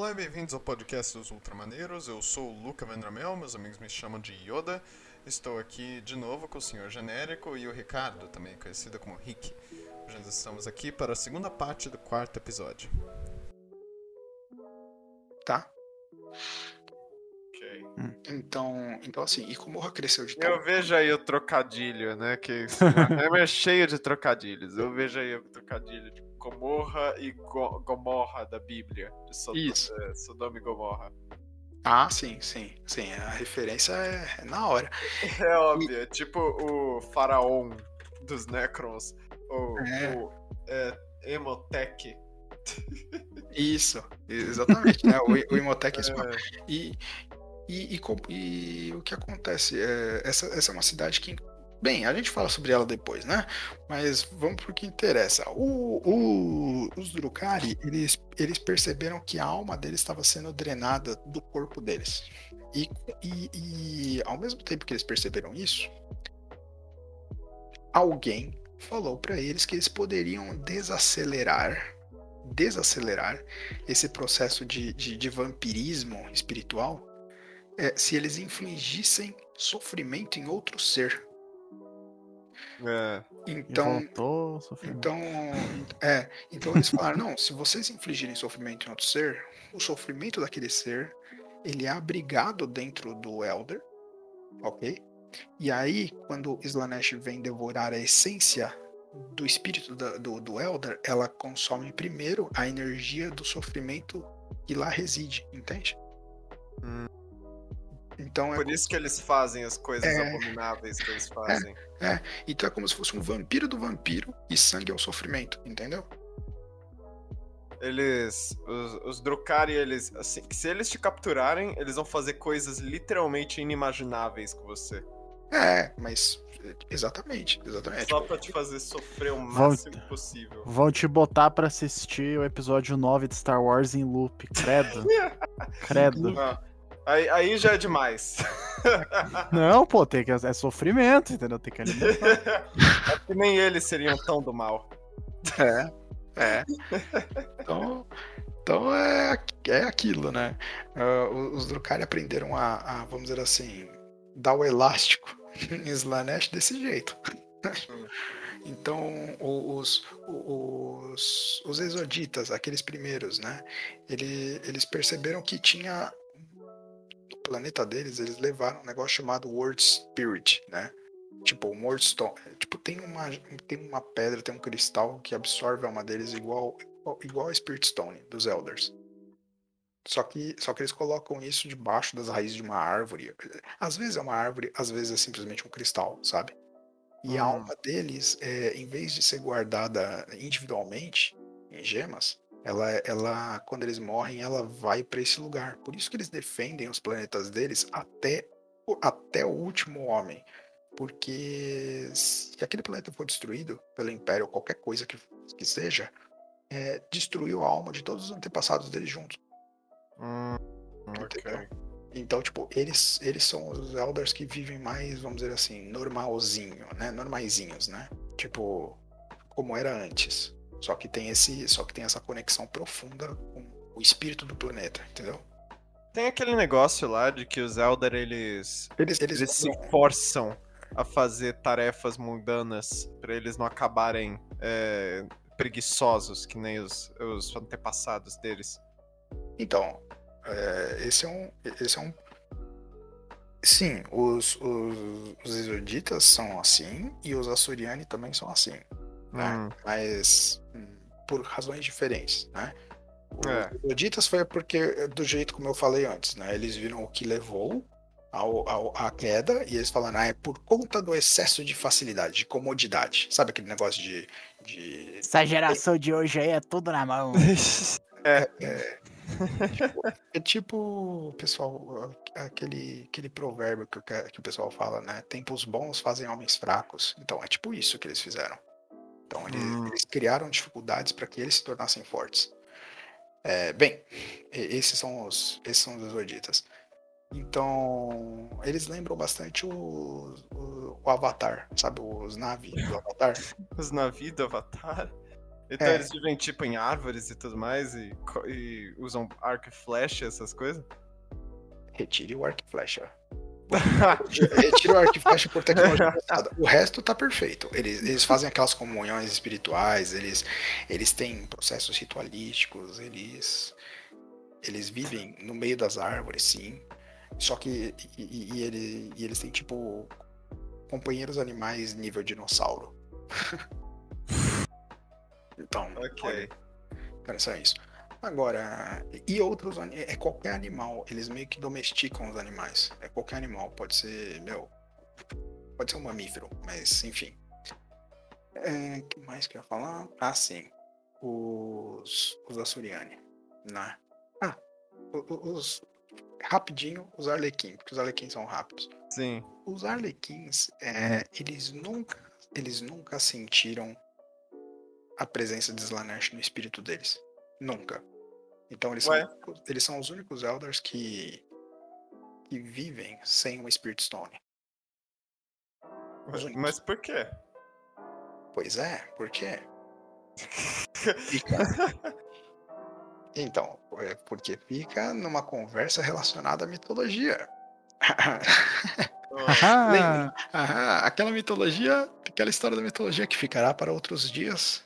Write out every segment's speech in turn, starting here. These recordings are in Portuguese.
Olá e bem-vindos ao podcast dos Ultramaneiros. Eu sou o Luca Vendramel, meus amigos me chamam de Yoda. Estou aqui de novo com o Senhor Genérico e o Ricardo, também conhecido como Rick. Hoje nós estamos aqui para a segunda parte do quarto episódio. Tá? Ok. Então assim, e Gomorra cresceu de tal... Eu vejo aí o trocadilho, né? Que é cheio de trocadilhos. Eu vejo aí o trocadilho de Gomorra e Gomorra da Bíblia. De Isso. Sodoma e Gomorra. Ah, sim. A referência é na hora. É óbvio, é tipo o faraó dos Necrons. O Emotec. Isso, exatamente, né? O Imhotep E o que acontece? Essa é uma cidade que... Bem, a gente fala sobre ela depois, né? Mas vamos pro que interessa. Os Drukhari, eles perceberam que a alma deles estava sendo drenada do corpo deles. E ao mesmo tempo que eles perceberam isso, alguém falou para eles que eles poderiam desacelerar esse processo de vampirismo espiritual se eles infligissem sofrimento em outro ser. Então eles falaram, não, se vocês infligirem sofrimento em outro ser, o sofrimento daquele ser, ele é abrigado dentro do Elder, ok? E aí, quando Slaanesh vem devorar a essência do espírito do Elder, ela consome primeiro a energia do sofrimento que lá reside, entende? Então Por isso que eles fazem as coisas abomináveis que eles fazem. Então é como se fosse um vampiro do vampiro e sangue é o sofrimento, entendeu? Os Drukhari, eles, assim, se eles te capturarem, eles vão fazer coisas literalmente inimagináveis com você. Mas exatamente. Só pra te fazer sofrer o máximo possível. Vão te botar pra assistir o episódio 9 de Star Wars em loop, credo. Aí já é demais. Não, pô, é sofrimento, entendeu? Tem que alimentar. É que nem eles seriam tão do mal. Então é aquilo, né? Os Drukhari aprenderam a, vamos dizer assim, dar o elástico em Slaanesh desse jeito. Então os Exoditas, aqueles primeiros, né? Eles perceberam que tinha... No planeta deles, eles levaram um negócio chamado World Spirit, né? Tipo, o World Stone. Tipo, tem uma pedra, tem um cristal que absorve a alma deles igual a Spirit Stone dos Elders. Só que eles colocam isso debaixo das raízes de uma árvore. Às vezes é uma árvore, às vezes é simplesmente um cristal, sabe? E a alma deles, em vez de ser guardada individualmente em gemas, ela, quando eles morrem, ela vai para esse lugar. Por isso que eles defendem os planetas deles até o último homem. Porque se aquele planeta for destruído pelo Império ou qualquer coisa que seja, destruiu a alma de todos os antepassados deles juntos. Ok. Então, tipo, eles são os Elders que vivem mais, vamos dizer assim, normalzinho, né? Normaizinhos, né? Tipo, como era antes. Só que tem essa conexão profunda com o espírito do planeta, entendeu? Tem aquele negócio lá de que os Elder, eles se forçam a fazer tarefas mundanas pra eles não acabarem preguiçosos, que nem os antepassados deles. Então, esse é um... Sim, os Exoditas são assim e os Asuryani também são assim, né? Mas por razões diferentes, né? Os Exoditas foi porque, do jeito como eu falei antes, né? Eles viram o que levou à queda e eles falaram, é por conta do excesso de facilidade, de comodidade. Sabe aquele negócio de... Essa geração de hoje aí é tudo na mão. É tipo, pessoal, aquele provérbio que o pessoal fala, né? Tempos bons fazem homens fracos. Então, é tipo isso que eles fizeram. Então, eles criaram dificuldades para que eles se tornassem fortes. Bem, esses são os Exoditas. Então, eles lembram bastante o Avatar, sabe? Os Na'vi do Avatar. Os Na'vi do Avatar? Então eles vivem tipo em árvores e tudo mais e usam arco e flecha, essas coisas? Retire o arco e flecha. Retire o arco e flecha por tecnologia avançada. O resto tá perfeito. Eles fazem aquelas comunhões espirituais, eles têm processos ritualísticos, eles vivem no meio das árvores, sim. Só que eles têm tipo companheiros animais nível dinossauro. Então, Ok. Então, só isso. Agora, e outros é qualquer animal, eles meio que domesticam os animais. É qualquer animal, pode ser um mamífero, mas enfim. O que mais que eu ia falar? Ah, sim. Os Asuryani, né? Rapidinho, os Arlequins, porque os Arlequins são rápidos. Sim. Os Arlequins, eles nunca sentiram a presença de Slaanesh no espírito deles. Nunca. Então eles são os únicos Eldars que vivem sem o Spirit Stone. Mas por quê? Pois é, por quê? Então, porque fica numa conversa relacionada à mitologia. Lembra? Aquela mitologia, aquela história da mitologia que ficará para outros dias.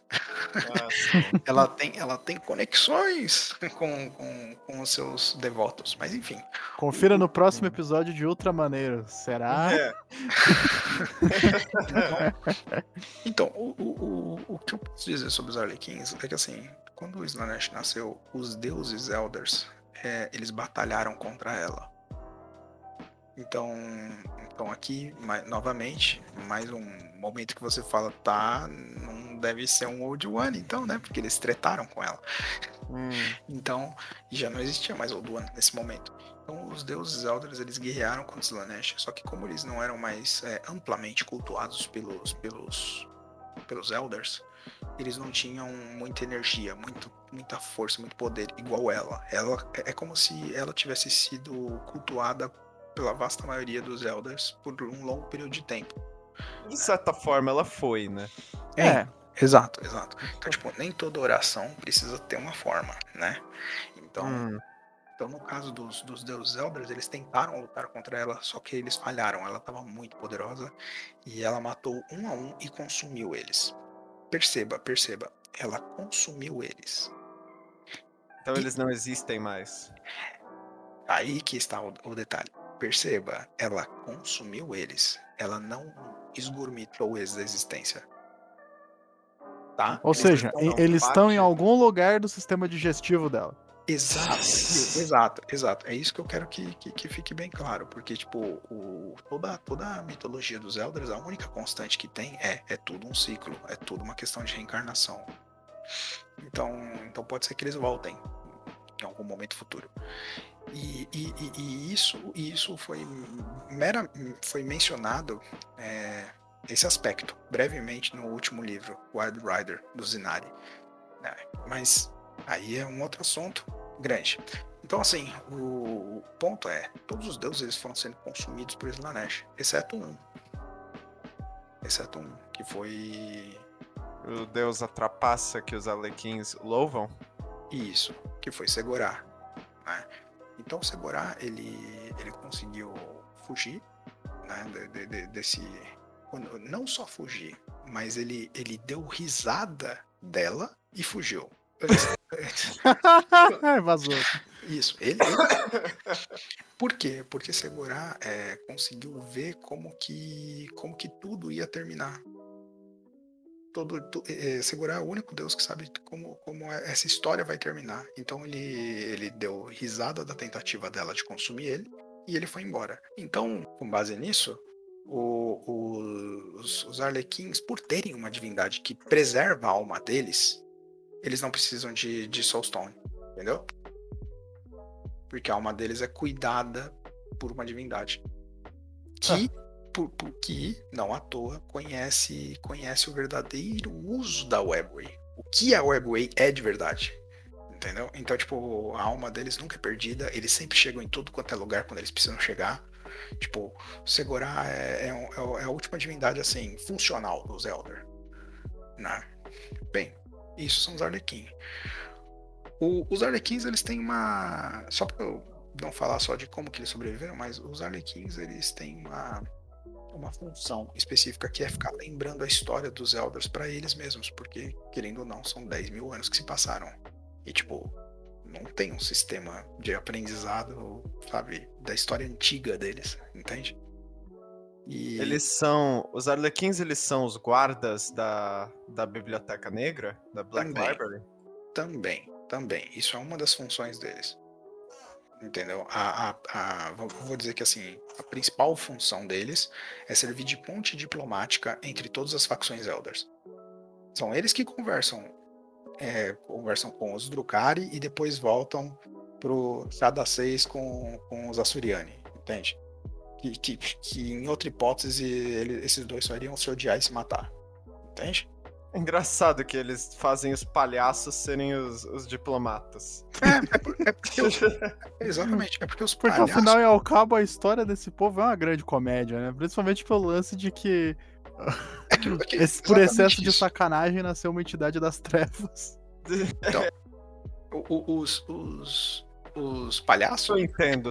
Ela tem conexões com os seus devotos, mas enfim. Confira no próximo episódio de Ultra Maneiro. Será? Então, o que eu posso dizer sobre os Arlequins é que assim, quando o Slaanesh nasceu, os deuses Eldars, eles batalharam contra ela. Então aqui, novamente, mais um momento que você fala, não deve ser um Old One, então, né? Porque eles tretaram com ela. Então, já não existia mais Old One nesse momento. Então, os deuses Eldars, eles guerrearam contra os Slaanesh, só que como eles não eram mais amplamente cultuados pelos Eldars, eles não tinham muita energia, muita força, muito poder, igual ela. Ela é como se ela tivesse sido cultuada pela vasta maioria dos Eldars por um longo período de tempo. De certa forma, ela foi, né? Exato. Então, tipo, nem toda oração precisa ter uma forma, né? Então no caso dos deuses Eldars, eles tentaram lutar contra ela, só que eles falharam. Ela estava muito poderosa e ela matou um a um e consumiu eles. Perceba, ela consumiu eles. Então eles não existem mais. Aí que está o detalhe. Perceba, ela consumiu eles. Ela não esgurmitou eles da existência. Tá? Ou seja, eles estão em algum lugar do sistema digestivo dela. Exato. É isso que eu quero que fique bem claro. Porque, tipo, toda a mitologia dos Eldars, a única constante que tem é tudo um ciclo. É tudo uma questão de reencarnação. Então pode ser que eles voltem em algum momento futuro. E isso foi mencionado, esse aspecto, brevemente no último livro, Wild Rider, do Zinari. Mas aí é um outro assunto grande. Então, assim, o ponto é, todos os deuses eles foram sendo consumidos por Slaanesh, exceto um, que foi... O deus a trapaça que os Arlequins louvam? Isso, que foi Segorá, né? Então, Segorá, ele conseguiu fugir, né, desse... Não só fugir, mas ele deu risada dela e fugiu. Vazou. Isso. Por quê? Porque Segorá conseguiu ver como que tudo ia terminar. Segorá é o único Deus que sabe como essa história vai terminar. Então ele deu risada da tentativa dela de consumir ele e ele foi embora. Então, com base nisso, os Arlequins, por terem uma divindade que preserva a alma deles, eles não precisam de Soulstone, entendeu? Porque a alma deles é cuidada por uma divindade que não à toa conhece o verdadeiro uso da Webway. O que a Webway é de verdade, entendeu? Então, tipo, a alma deles nunca é perdida, eles sempre chegam em tudo quanto é lugar quando eles precisam chegar. Tipo, Segorá é a última divindade, assim, funcional dos Eldar, né? Bem, Isso são os Arlequim. Os Arlequins, eles têm uma... Só pra eu não falar só de como que eles sobreviveram, mas os Arlequins, eles têm uma função específica que é ficar lembrando a história dos Elders pra eles mesmos, porque, querendo ou não, são 10 mil anos que se passaram. E, tipo, não tem um sistema de aprendizado, sabe, da história antiga deles, entende? E... Os Arlequins, eles são os guardas da Biblioteca Negra, da Black Library? Também. Isso é uma das funções deles. Entendeu? Vou dizer que assim, a principal função deles é servir de ponte diplomática entre todas as facções Elders. São eles que conversam com os Drukhari e depois voltam pro Shada 6 com os Asuryani, entende? Que em outra hipótese esses dois só iriam se odiar e se matar, entende? É engraçado que eles fazem os palhaços serem os diplomatas. Exatamente, é porque os palhaços... Porque ao final e ao cabo a história desse povo é uma grande comédia, né? Principalmente pelo lance de que por excesso de sacanagem nasceu uma entidade das trevas. Então, os palhaços, eu entendo,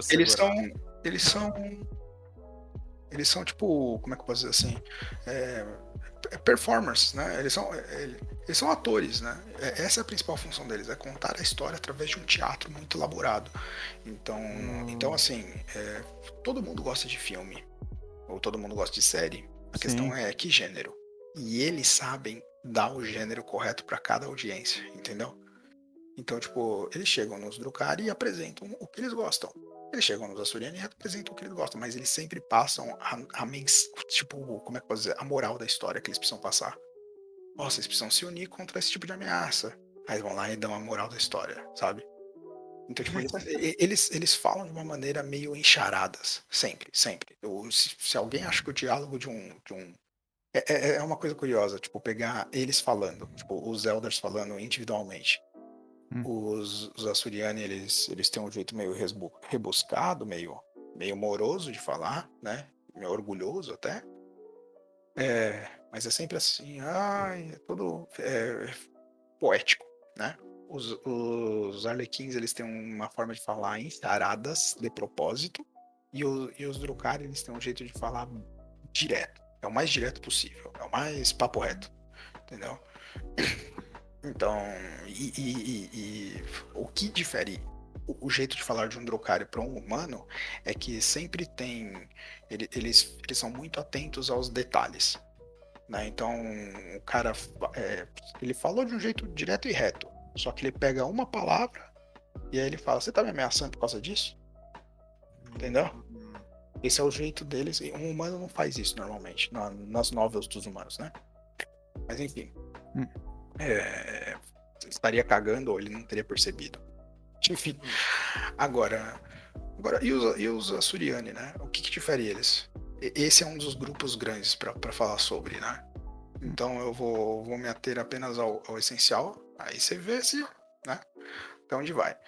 eles são tipo, como é que eu posso dizer assim, performers, né? Eles são atores, né? Essa é a principal função deles, é contar a história através de um teatro muito elaborado. Então assim, todo mundo gosta de filme, ou todo mundo gosta de série. A questão é que gênero. E eles sabem dar o gênero correto para cada audiência, entendeu? Então, tipo, eles chegam nos Drukhari e apresentam o que eles gostam. Eles chegam nos Asuryani e apresentam o que eles gostam, mas eles sempre passam tipo, como é que eu posso dizer? A moral da história que eles precisam passar. Nossa, eles precisam se unir contra esse tipo de ameaça. Aí vão lá e dão a moral da história, sabe? Então, tipo, eles falam de uma maneira meio encharadas. Sempre. Se alguém acha que o diálogo de um... É uma coisa curiosa, tipo, pegar eles falando, tipo, os Elders falando individualmente. Os Asuryani, eles têm um jeito meio rebuscado, meio moroso de falar, né? Meio orgulhoso até. Mas é sempre assim, é todo poético, né? Os Arlequins, eles têm uma forma de falar encharadas de propósito, e os Drukhari, eles têm um jeito de falar direto. É o mais direto possível, é o mais papo reto, entendeu? Então, o que difere o jeito de falar de um Drukhari para um humano é que sempre tem... Eles são muito atentos aos detalhes, né? Então, o cara... ele falou de um jeito direto e reto, só que ele pega uma palavra e aí ele fala, você tá me ameaçando por causa disso? Entendeu? Esse é o jeito deles. Um humano não faz isso normalmente, nas novels dos humanos, né? Mas enfim... estaria cagando ou ele não teria percebido. Enfim. Agora e os Asuryani, né? O que difere eles? Esse é um dos grupos grandes para falar sobre, né? Então eu vou me ater apenas ao essencial. Aí você vê se, né? Até onde vai.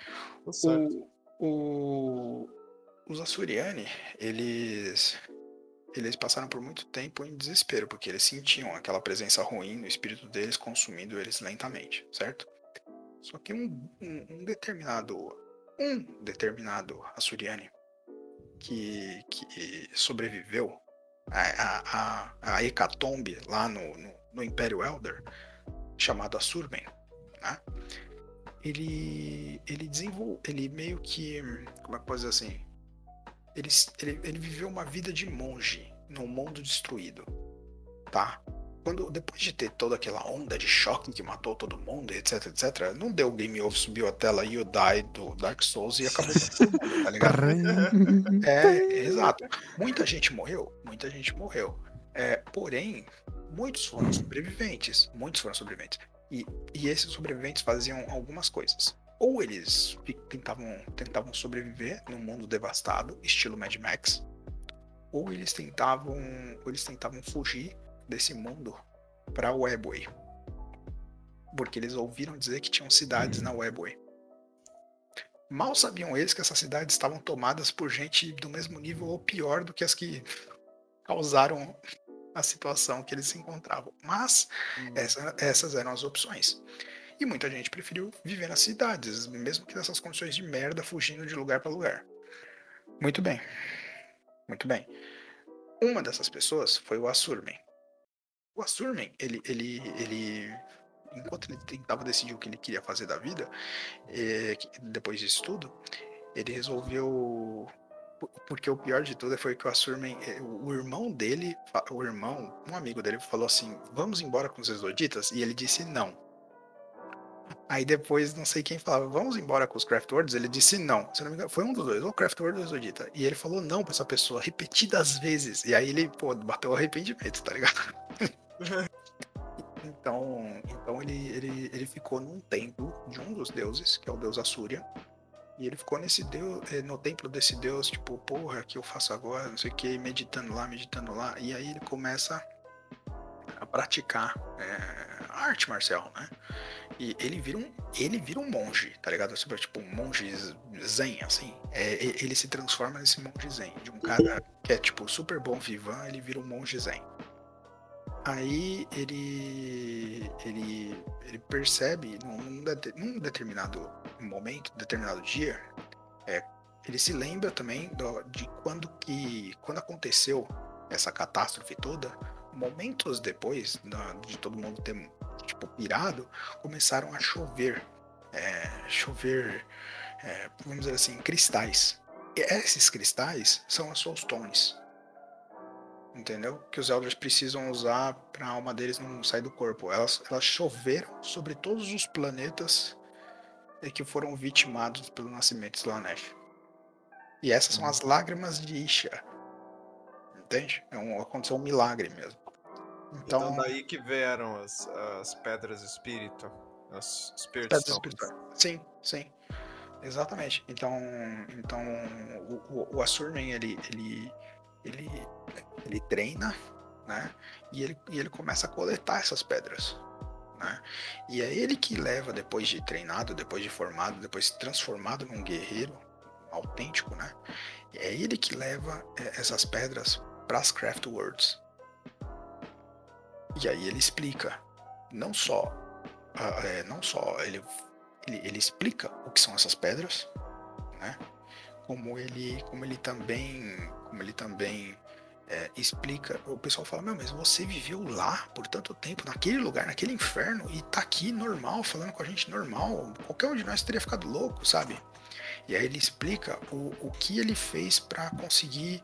Os Asuryani, eles passaram por muito tempo em desespero, porque eles sentiam aquela presença ruim no espírito deles, consumindo eles lentamente, certo? Só que um determinado Asuryani que sobreviveu a hecatombe lá no Império Elder, chamado Asurben, né? Ele meio que, como é que pode dizer assim? Ele viveu uma vida de monge num mundo destruído, tá? Depois de ter toda aquela onda de choque que matou todo mundo, etc, não deu game over, subiu a tela You Die do Dark Souls e acabou todo mundo, tá ligado? Exato. Muita gente morreu. Porém, muitos foram sobreviventes. E esses sobreviventes faziam algumas coisas. Ou eles tentavam sobreviver num mundo devastado, estilo Mad Max, ou eles tentavam fugir desse mundo para Webway, porque eles ouviram dizer que tinham cidades na Webway. Mal sabiam eles que essas cidades estavam tomadas por gente do mesmo nível ou pior do que as que causaram a situação que eles se encontravam. Mas essas eram as opções. E muita gente preferiu viver nas cidades, mesmo que nessas condições de merda, fugindo de lugar para lugar. Muito bem. Muito bem. Uma dessas pessoas foi o Asurmen. O Asurmen, ele enquanto ele tentava decidir o que ele queria fazer da vida, depois disso tudo, ele resolveu... Porque o pior de tudo foi que o Asurmen, o irmão dele, um amigo dele falou assim, vamos embora com os Exoditas? E ele disse não. Aí depois, não sei quem falava, vamos embora com os Craftwords? Ele disse não. Se não me engano, foi um dos dois, ou o Craftword ou o Exodita. E ele falou não pra essa pessoa repetidas vezes. E aí ele, bateu o arrependimento, tá ligado? Então ele ficou num templo de um dos deuses, que é o deus Asúria. E ele ficou no templo desse deus, tipo, porra, o que eu faço agora? Não sei o que, meditando lá. E aí ele começa a praticar arte marcial, né? E ele vira um monge, tá ligado? Tipo, um monge zen, assim. Ele se transforma nesse monge zen. De um cara que é, tipo, super bom vivan, ele vira um monge zen. Aí ele percebe, num determinado momento, determinado dia, ele se lembra também de quando aconteceu essa catástrofe toda, momentos depois de todo mundo ter, tipo, pirado, começaram a chover, vamos dizer assim, cristais. E esses cristais são as Soulstones. Entendeu? Que os Elders precisam usar para a alma deles não sair do corpo. Elas choveram sobre todos os planetas que foram vitimados pelo nascimento de Slaanesh. E essas são as lágrimas de Isha. Entende? Aconteceu um milagre mesmo. Então daí que vieram as pedras espírito. As Spirit Stones. Sim, sim. Exatamente. Então o Asurmen, ele treina, né? E ele começa a coletar essas pedras, né? E é ele que leva, depois de treinado, depois de formado, depois transformado num guerreiro autêntico, né? É ele que leva essas pedras para as Craftwords. E aí ele explica, não só ele explica o que são essas pedras, né? Como ele também explica. O pessoal fala, mas você viveu lá por tanto tempo, naquele lugar, naquele inferno, e tá aqui normal, falando com a gente normal, qualquer um de nós teria ficado louco, sabe? E aí ele explica o que ele fez para conseguir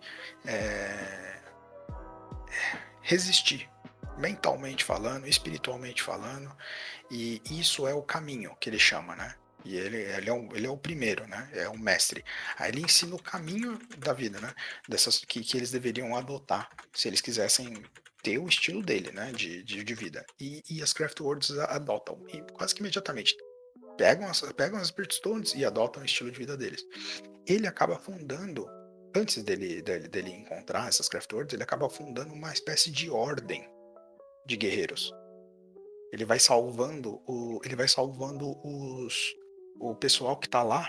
resistir, mentalmente falando, espiritualmente falando, e isso é o caminho que ele chama, né? E ele é o primeiro, né? É o mestre. Aí ele ensina o caminho da vida, né? Dessas que eles deveriam adotar, se eles quisessem ter o estilo dele, né? De vida. E as Craftwords adotam, e quase que imediatamente. Pegam as Spirit Stones e adotam o estilo de vida deles. Ele acaba fundando, antes dele encontrar essas Craftwords, ele acaba fundando uma espécie de ordem de guerreiros. Ele vai salvando o pessoal que tá lá,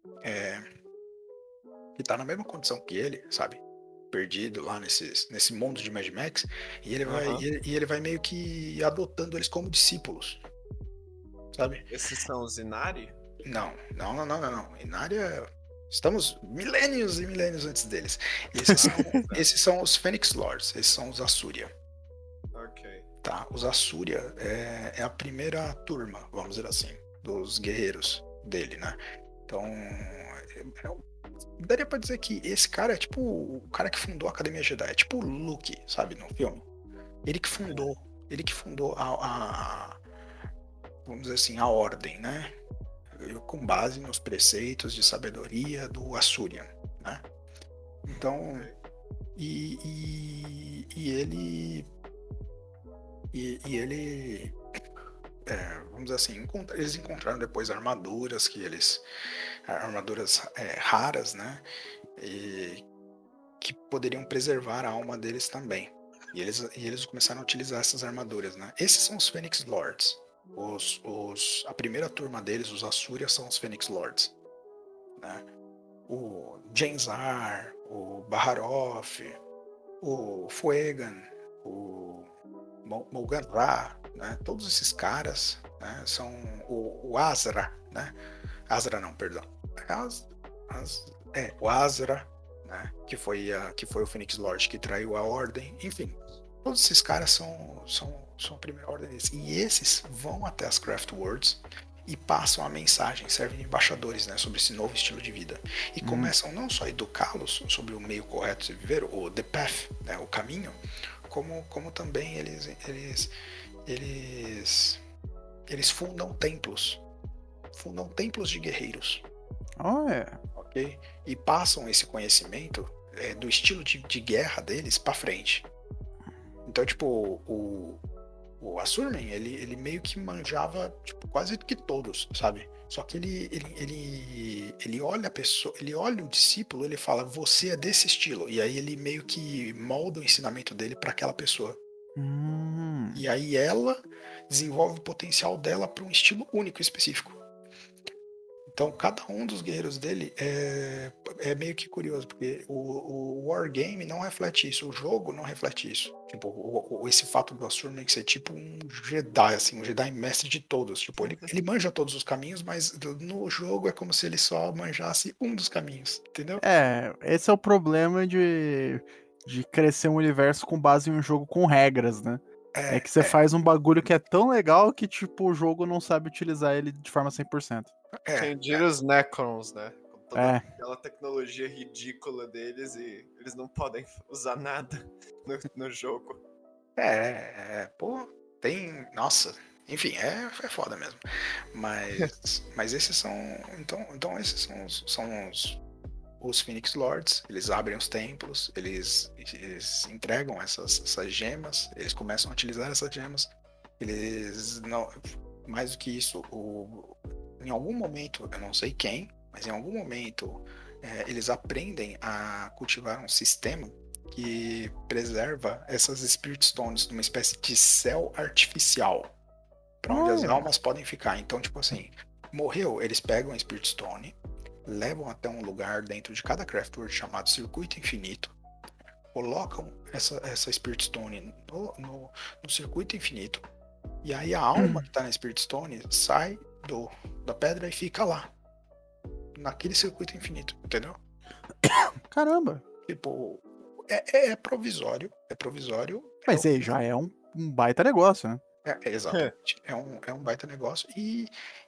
que tá na mesma condição que ele, sabe? Perdido lá nesse mundo de Mad Max, e ele vai meio que adotando eles como discípulos, sabe? Esses são os Inari? Não. Inari estamos milênios e milênios antes deles. Esses são os Phoenix Lords, esses são os Asúria. Ok. Tá, os Asúria é a primeira turma, vamos dizer assim, dos guerreiros dele, né? Então, daria pra dizer que esse cara é tipo o cara que fundou a Academia Jedi, é tipo o Luke, sabe, no filme. Ele que fundou vamos dizer assim, a ordem, né? Com base nos preceitos de sabedoria do Asurian, né? Então, ele vamos dizer assim, eles encontraram depois armaduras raras, né? E que poderiam preservar a alma deles também. E eles começaram a utilizar essas armaduras, né? Esses são os Phoenix Lords. A primeira turma deles, os Asúria, são os Phoenix Lords, né? O Jenzar, o Baharoth, o Fuegan, o Mulgan Ra, né? Todos esses caras, né, são o Azra, né? Azra não, perdão. O Azra, né? Que foi o Phoenix Lord que traiu a Ordem. Enfim, todos esses caras são a primeira ordem deles. E esses vão até as Craft Worlds e passam a mensagem, servem de embaixadores, né, sobre esse novo estilo de vida. E começam não só a educá-los sobre o meio correto de viver, o The Path, né, o caminho, como também eles fundam templos de guerreiros. Ok? E passam esse conhecimento do estilo de guerra deles pra frente. Então, tipo, o Asurman, ele meio que manjava, tipo, quase que todos, sabe? Só que ele olha a pessoa, ele olha o discípulo, ele fala, você é desse estilo. E aí ele meio que molda o ensinamento dele para aquela pessoa. E aí ela desenvolve o potencial dela para um estilo único e específico. Então, cada um dos guerreiros dele é meio que curioso, porque o Wargame não reflete isso, o jogo não reflete isso. Tipo, esse fato do Asurman ser tipo um Jedi, assim, um Jedi mestre de todos. Tipo, ele manja todos os caminhos, mas no jogo é como se ele só manjasse um dos caminhos, entendeu? Esse é o problema de crescer um universo com base em um jogo com regras, né? É que você faz um bagulho que é tão legal que, tipo, o jogo não sabe utilizar ele de forma 100%. Quem diria os Necrons, né? Com toda aquela tecnologia ridícula deles e eles não podem usar nada no jogo. Pô, tem... Nossa, enfim, é foda mesmo. Mas esses são... Então esses são os Phoenix Lords. Eles abrem os templos, eles entregam essas gemas, eles começam a utilizar essas gemas. Eles não... Mais do que isso, em algum momento, eu não sei quem, mas em algum momento eles aprendem a cultivar um sistema que preserva essas Spirit Stones numa espécie de céu artificial para onde as almas podem ficar. Então, tipo assim, morreu, eles pegam a Spirit Stone, levam até um lugar dentro de cada Craft World chamado Circuito Infinito, colocam essa Spirit Stone no Circuito Infinito, e aí a alma que tá na Spirit Stone sai da pedra e fica lá, naquele circuito infinito, entendeu? Caramba! Tipo, é provisório. Mas aí já é um baita negócio, né? Exatamente. É um baita negócio. E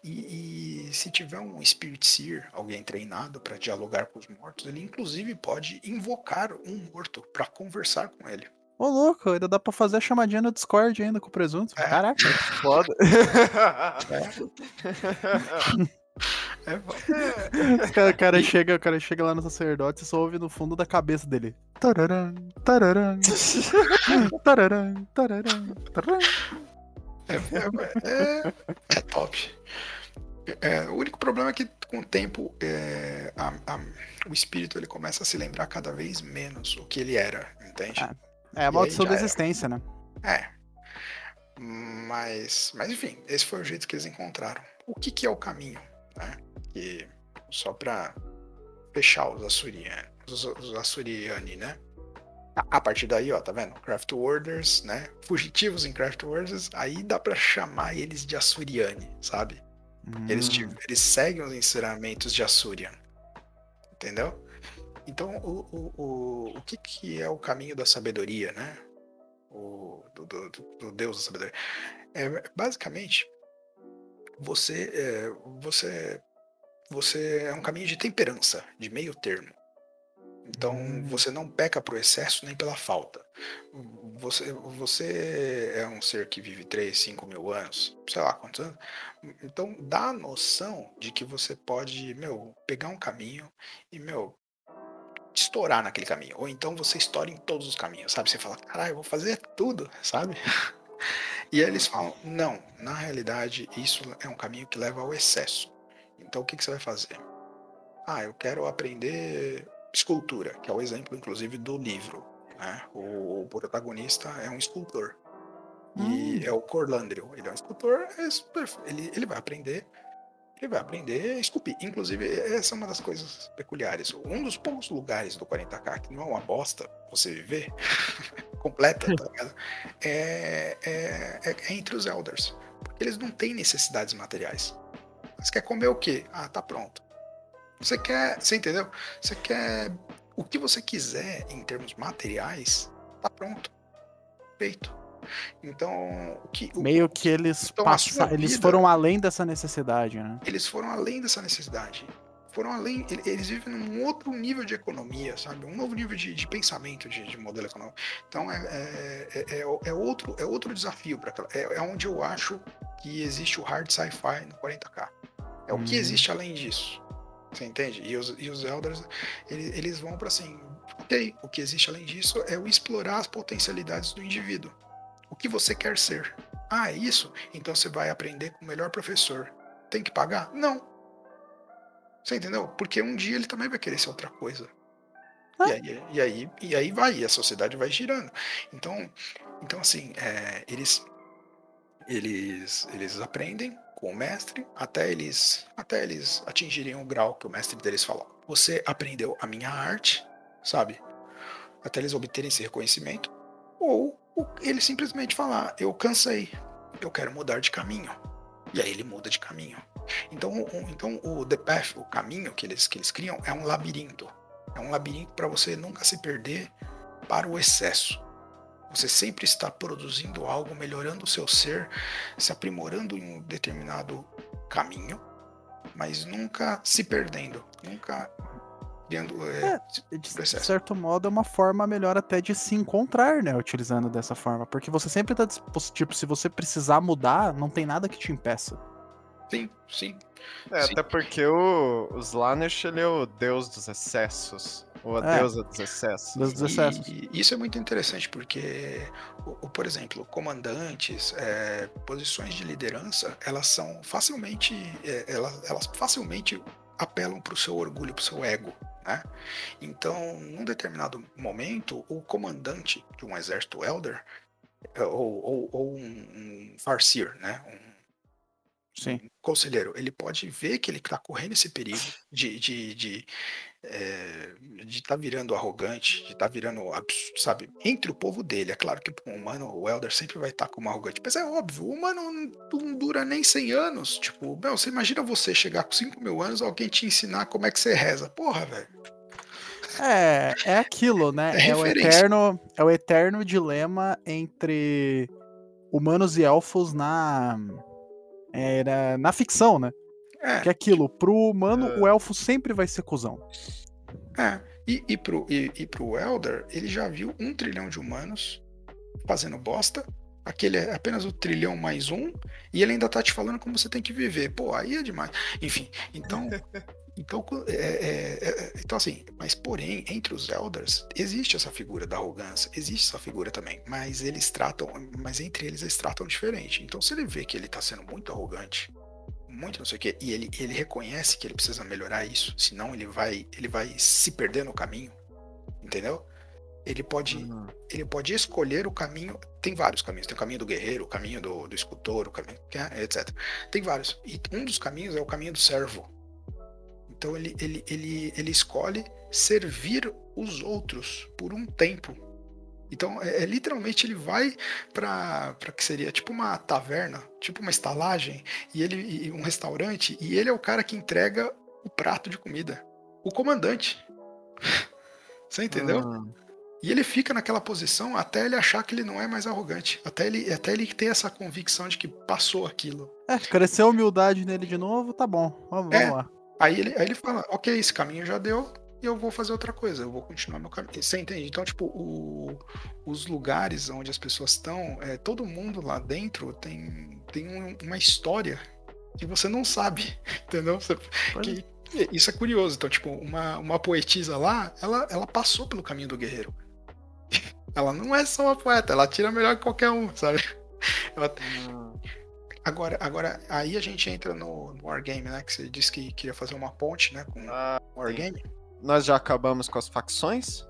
se tiver um Spirit Seer, alguém treinado para dialogar com os mortos, ele inclusive pode invocar um morto para conversar com ele. Ô, louco, ainda dá pra fazer a chamadinha no Discord ainda com o presunto. Caraca. Foda. O cara chega lá no sacerdote e só ouve no fundo da cabeça dele. Tararam, tararam, tararam, tararam, tararam. É top. O único problema é que com o tempo o espírito ele começa a se lembrar cada vez menos o que ele era, entende? É a maldição da existência, né? Mas enfim, esse foi o jeito que eles encontraram. O que é o caminho, né? E só pra fechar os Asuriani, né? A partir daí, ó, tá vendo? Craft Warders, né? Fugitivos em Craft Warders, aí dá pra chamar eles de Asuriani, sabe? Eles seguem os ensinamentos de Asurian, entendeu? Então, o que é o caminho da sabedoria, né? Do Deus da sabedoria. Basicamente, você é um caminho de temperança, de meio termo. Então, você não peca pro excesso nem pela falta. Você é um ser que vive 3, 5 mil anos, sei lá quantos anos. Então, dá a noção de que você pode, pegar um caminho e, estourar naquele caminho. Ou então você estoura em todos os caminhos, sabe? Você fala, caralho, eu vou fazer tudo, sabe? E aí eles falam, não, na realidade, isso é um caminho que leva ao excesso. Então, o que você vai fazer? Eu quero aprender escultura, que é o exemplo, inclusive, do livro, né? O protagonista é um escultor. E é o Corlandriel. Ele é um escultor, ele vai aprender a esculpir. Inclusive, essa é uma das coisas peculiares. Um dos poucos lugares do 40k que não é uma bosta você viver completa, tá ligado? É é entre os Elders. Porque eles não têm necessidades materiais. Você quer comer o quê? Ah, tá pronto. Você entendeu? Você quer o que você quiser em termos materiais, tá pronto. Feito. Então, meio que eles eles foram além dessa necessidade, né? Eles foram além dessa necessidade. Eles vivem num outro nível de economia, sabe? Um novo nível de pensamento de modelo econômico. Então é outro desafio para aquela. É onde eu acho que existe o hard sci-fi no 40K. É o que existe além disso. Você entende? E os Elders, eles vão para assim, ok, o que existe além disso é o explorar as potencialidades do indivíduo. O que você quer ser? Ah, é isso? Então você vai aprender com o melhor professor. Tem que pagar? Não. Você entendeu? Porque um dia ele também vai querer ser outra coisa. E aí vai, e a sociedade vai girando. Então assim, eles aprendem com o mestre até eles atingirem o grau que o mestre deles falou. Você aprendeu a minha arte, sabe? Até eles obterem esse reconhecimento. Ou ele simplesmente falar, eu cansei, eu quero mudar de caminho. E aí ele muda de caminho. Então o The Path, o caminho que eles criam, é um labirinto. É um labirinto para você nunca se perder para o excesso. Você sempre está produzindo algo, melhorando o seu ser, se aprimorando em um determinado caminho, mas nunca se perdendo, nunca criando de certo modo é uma forma melhor até de se encontrar, né, utilizando dessa forma, porque você sempre está tipo, se você precisar mudar, não tem nada que te impeça. Sim. Sim. Até porque o Slaanesh, ele é o deus dos excessos. Ou a deusa dos excessos. Dos excessos. E isso é muito interessante, porque, por exemplo, comandantes, posições de liderança, elas são facilmente. Elas facilmente apelam para o seu orgulho, para o seu ego. Né? Então, num determinado momento, o comandante de um exército Elder, ou um Farseer, né? Sim. Um conselheiro, ele pode ver que ele está correndo esse perigo de estar virando arrogante, de estar virando, sabe, entre o povo dele. É claro que o humano, o Elder sempre vai estar como arrogante, mas é óbvio, o humano não dura nem 100 anos. Tipo, você imagina você chegar com 5.000 anos, alguém te ensinar como é que você reza. Porra, velho. É aquilo, né? É o eterno dilema entre humanos e elfos na ficção, né? Que é aquilo, pro humano, o elfo sempre vai ser cuzão. E pro Elder, ele já viu 1 trilhão de humanos fazendo bosta. Aquele é apenas o trilhão mais um, e ele ainda tá te falando como você tem que viver. Pô, aí é demais. Enfim, então assim, mas porém, entre os Elders, existe essa figura da arrogância, existe essa figura também, mas entre eles tratam diferente. Então, se ele vê que ele tá sendo muito arrogante, muito não sei o que, e ele reconhece que ele precisa melhorar isso, senão ele vai se perder no caminho, entendeu? Ele pode escolher o caminho. Tem vários caminhos. Tem o caminho do guerreiro, o caminho do escultor, o caminho, etc. Tem vários. E um dos caminhos é o caminho do servo. Então ele escolhe servir os outros por um tempo. Então literalmente ele vai para que seria tipo uma taverna, tipo uma estalagem, e um restaurante, e ele é o cara que entrega o prato de comida. O comandante. Você entendeu? E ele fica naquela posição até ele achar que ele não é mais arrogante. Até ele ter essa convicção de que passou aquilo. Cresceu a humildade nele de novo, tá bom. Vamos lá. Aí ele fala, ok, esse caminho já deu, e eu vou fazer outra coisa, eu vou continuar meu caminho. Você entende? Então, tipo, os lugares onde as pessoas estão, todo mundo lá dentro tem uma história que você não sabe, entendeu? Isso é curioso. Então, tipo, uma poetisa lá, ela passou pelo caminho do guerreiro. Ela não é só uma poeta, ela tira melhor que qualquer um, sabe? Agora, aí a gente entra no Wargame, né? Que você disse que queria fazer uma ponte, né? Com o Wargame. Nós já acabamos com as facções?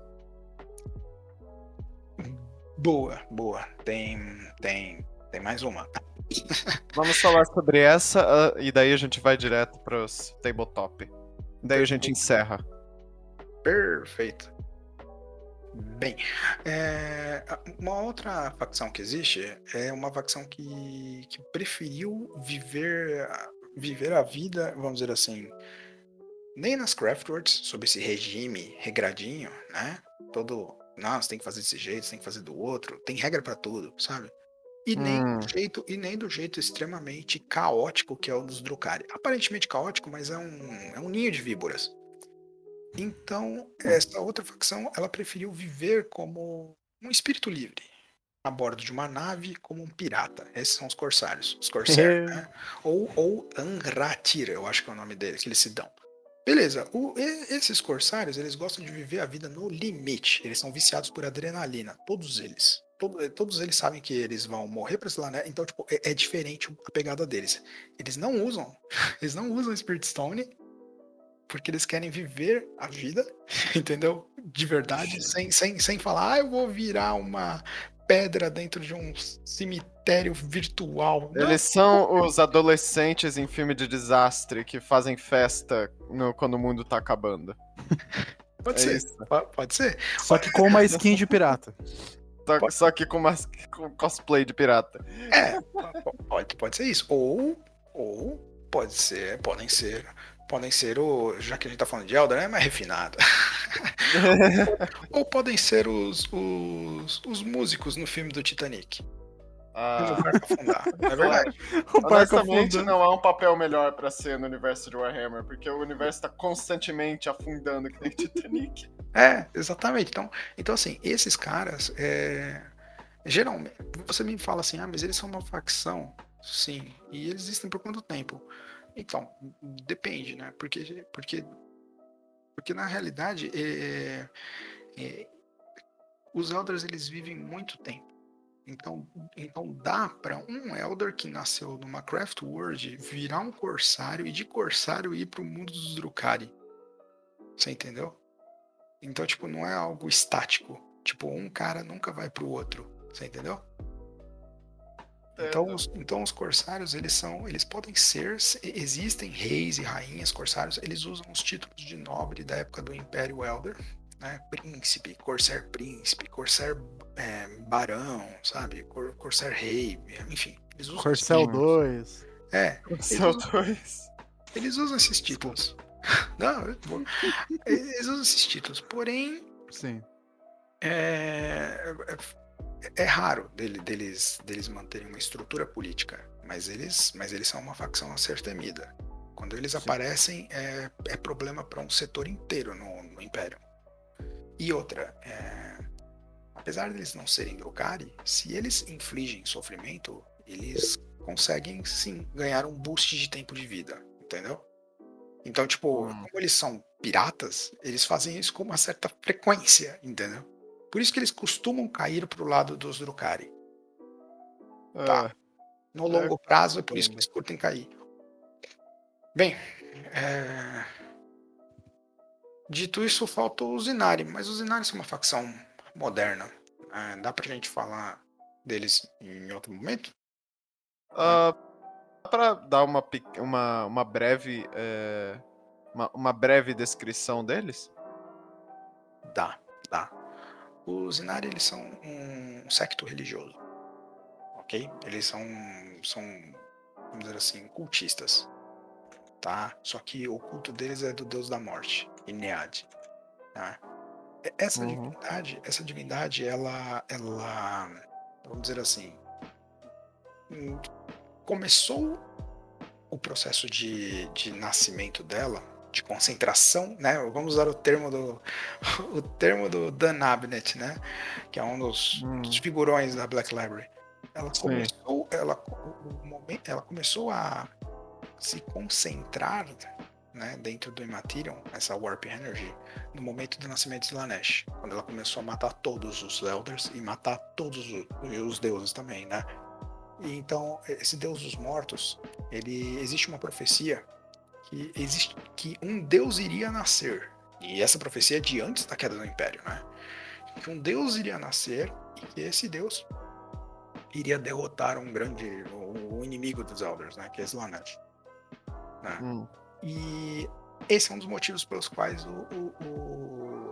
Boa. Tem mais uma. Vamos falar sobre essa, e daí a gente vai direto pros tabletop. Daí a gente encerra. Perfeito. Bem, uma outra facção que existe é uma facção que preferiu viver a vida, vamos dizer assim, nem nas Craftworks, sob esse regime regradinho, né? Não, você tem que fazer desse jeito, você tem que fazer do outro, tem regra pra tudo, sabe? E nem do jeito extremamente caótico que é o dos Drukhari. Aparentemente caótico, mas é um ninho de víboras. Então, essa outra facção, ela preferiu viver como um espírito livre, a bordo de uma nave, como um pirata. Esses são os corsários, os Corsair, né? Ou Angratir, eu acho que é o nome deles, que eles se dão. Beleza, esses corsários, eles gostam de viver a vida no limite. Eles são viciados por adrenalina, todos eles. Todos eles sabem que eles vão morrer pra esse lá, né? Então, tipo, é diferente a pegada deles. Eles não usam Spirit Stone, porque eles querem viver a vida, entendeu? De verdade, sem falar, eu vou virar uma pedra dentro de um cemitério virtual. Eles são os adolescentes em filme de desastre que fazem festa quando o mundo tá acabando. Pode ser. Pode ser. Só que com uma skin de pirata. Só que com cosplay de pirata. Pode ser isso. Ou podem ser já que a gente tá falando de Elder, é mais refinado. ou podem ser os músicos no filme do Titanic. O barco afundar, não é verdade? Honestamente, não há um papel melhor pra ser no universo de Warhammer, porque o universo tá constantemente afundando que nem Titanic. Exatamente. Então assim, esses caras, geralmente, você me fala assim, mas eles são uma facção. Sim, e eles existem por quanto tempo? Então, depende, né? Porque na realidade, os Elders, eles vivem muito tempo. Então dá para um Elder que nasceu numa Craft World virar um Corsário e de Corsário ir pro mundo dos Drukhari. Você entendeu? Então, tipo, não é algo estático. Tipo, um cara nunca vai pro outro. Você entendeu? Então os corsários, eles podem ser, existem reis e rainhas corsários, eles usam os títulos de nobre da época do Império Elder, né? Príncipe, Corsair príncipe, Corsair barão, sabe? Corsair rei, enfim. Eles usam Corcel 2. Corcel 2. Eles usam esses títulos. Não, eles usam esses títulos, porém... Sim. É raro deles manterem uma estrutura política, mas eles são uma facção a ser temida. Quando eles aparecem, é problema para um setor inteiro no Império. E outra, apesar deles não serem Drukhari, se eles infligem sofrimento, eles conseguem sim ganhar um boost de tempo de vida, entendeu? Então, tipo, como eles são piratas, eles fazem isso com uma certa frequência, entendeu? Por isso que eles costumam cair pro lado dos Drukhari. Tá. No longo prazo, é por isso que eles curtem cair. Bem, dito isso, falta os Inari, mas os Inari são uma facção moderna. Dá pra gente falar deles em outro momento? Para dar uma breve uma breve descrição deles? Dá. Os Inari, eles são um secto religioso, ok? Eles são, vamos dizer assim, cultistas, tá? Só que o culto deles é do deus da morte, Inead, tá? Essa divindade, ela, vamos dizer assim, começou o processo de nascimento dela, de concentração, né? Vamos usar o termo do Dan Abnett, né? Que é um dos figurões da Black Library. Ela começou a se concentrar, né, dentro do Hematherium, essa Warp Energy, no momento do nascimento de Slaanesh, quando ela começou a matar todos os Elders e matar todos os deuses também, né? E então, esse Deus dos Mortos, existe uma profecia que um deus iria nascer, e essa profecia é de antes da queda do Império, né? Que um deus iria nascer e que esse deus iria derrotar o inimigo dos Elders, né? Que é Slaanesh, né? E esse é um dos motivos pelos quais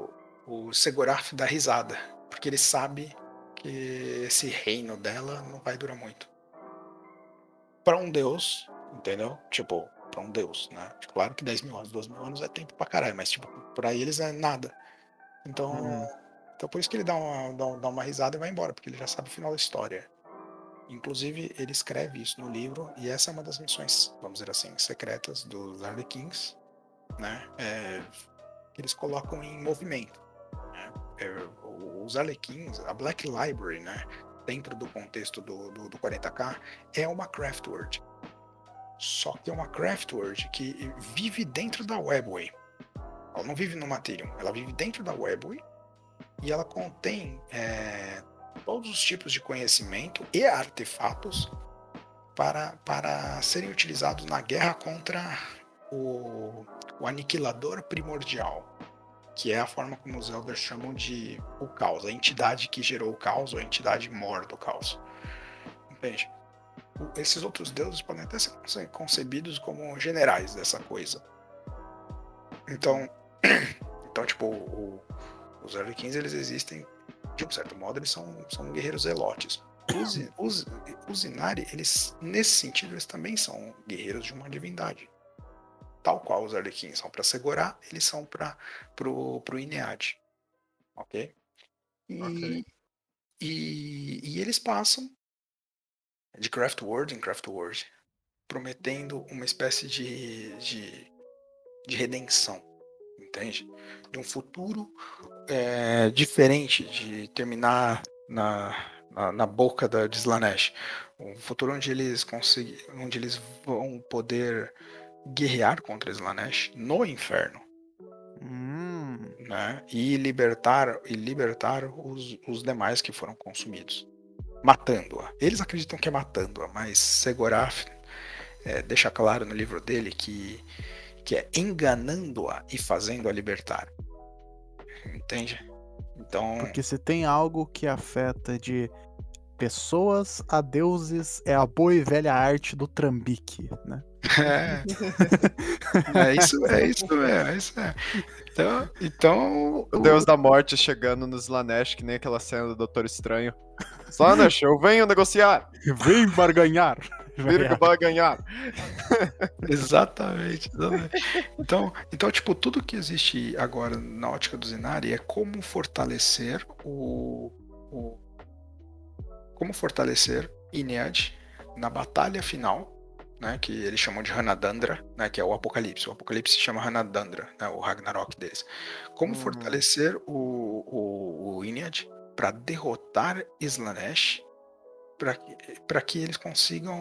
o Seggorath dá risada, porque ele sabe que esse reino dela não vai durar muito. Para um deus, entendeu? Tipo, para um deus, né? Claro que 10 mil anos, 12 mil anos é tempo pra caralho, mas tipo, pra eles é nada. Então, então por isso que ele dá uma risada e vai embora, porque ele já sabe o final da história. Inclusive, ele escreve isso no livro, e essa é uma das missões, vamos dizer assim, secretas dos Arlequins, né? Que eles colocam em movimento. Né? Os Arlequins, a Black Library, né? Dentro do contexto do 40K, é uma Craftworld. Só que é uma Craftworld que vive dentro da Webway. Ela não vive no Materium, ela vive dentro da Webway, e ela contém todos os tipos de conhecimento e artefatos para serem utilizados na guerra contra o Aniquilador Primordial, que é a forma como os Elders chamam de o caos, a entidade que gerou o caos, ou a entidade mor do caos. Entende? Esses outros deuses podem até ser concebidos como generais dessa coisa. Então tipo, os Arlequins, eles existem, de um certo modo, eles são guerreiros zelotes. Os Inari, eles, nesse sentido, eles também são guerreiros de uma divindade. Tal qual os Arlequins são para Seggorath, eles são pro Inead. Ok? E eles passam de Craftworld em Craftworld, prometendo uma espécie de redenção. Entende? De um futuro diferente, de terminar na boca de Slaanesh. Um futuro onde eles vão poder guerrear contra Slaanesh no inferno. Né? E libertar os demais que foram consumidos. Matando-a. Eles acreditam que é matando-a, mas Seggorath deixa claro no livro dele que é enganando-a e fazendo-a libertar. Entende? Então... Porque se tem algo que afeta de pessoas a deuses, é a boa e velha arte do trambique, né? É isso mesmo. Então o Deus da Morte chegando no Slaanesh, que nem aquela cena do Doutor Estranho. Slaanesh, eu venho negociar. Vem barganhar. Virga vai ganhar. Exatamente. Então, tipo, tudo que existe agora na ótica do Inari é como fortalecer como fortalecer Inead na batalha final, né, que eles chamam de Hanadandra, né, que é o Apocalipse. O Apocalipse se chama Hanadandra, né, o Ragnarok deles. Como fortalecer o Inead para derrotar Slaanesh, para que eles consigam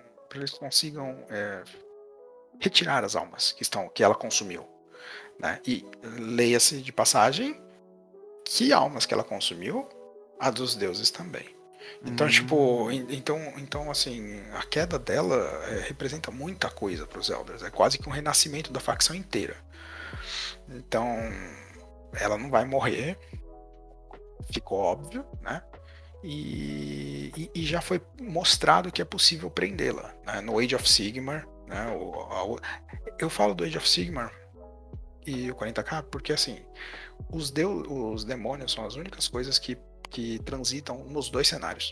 retirar as almas que ela consumiu, né? E leia-se de passagem que almas que ela consumiu, a dos deuses também. Então, tipo, então assim, a queda dela representa muita coisa para os Elders. É quase que um renascimento da facção inteira. Então, ela não vai morrer, ficou óbvio, né? E já foi mostrado que é possível prendê-la, né? No Age of Sigmar, né? Eu falo do Age of Sigmar e o 40K porque assim, os demônios são as únicas coisas que transitam nos dois cenários.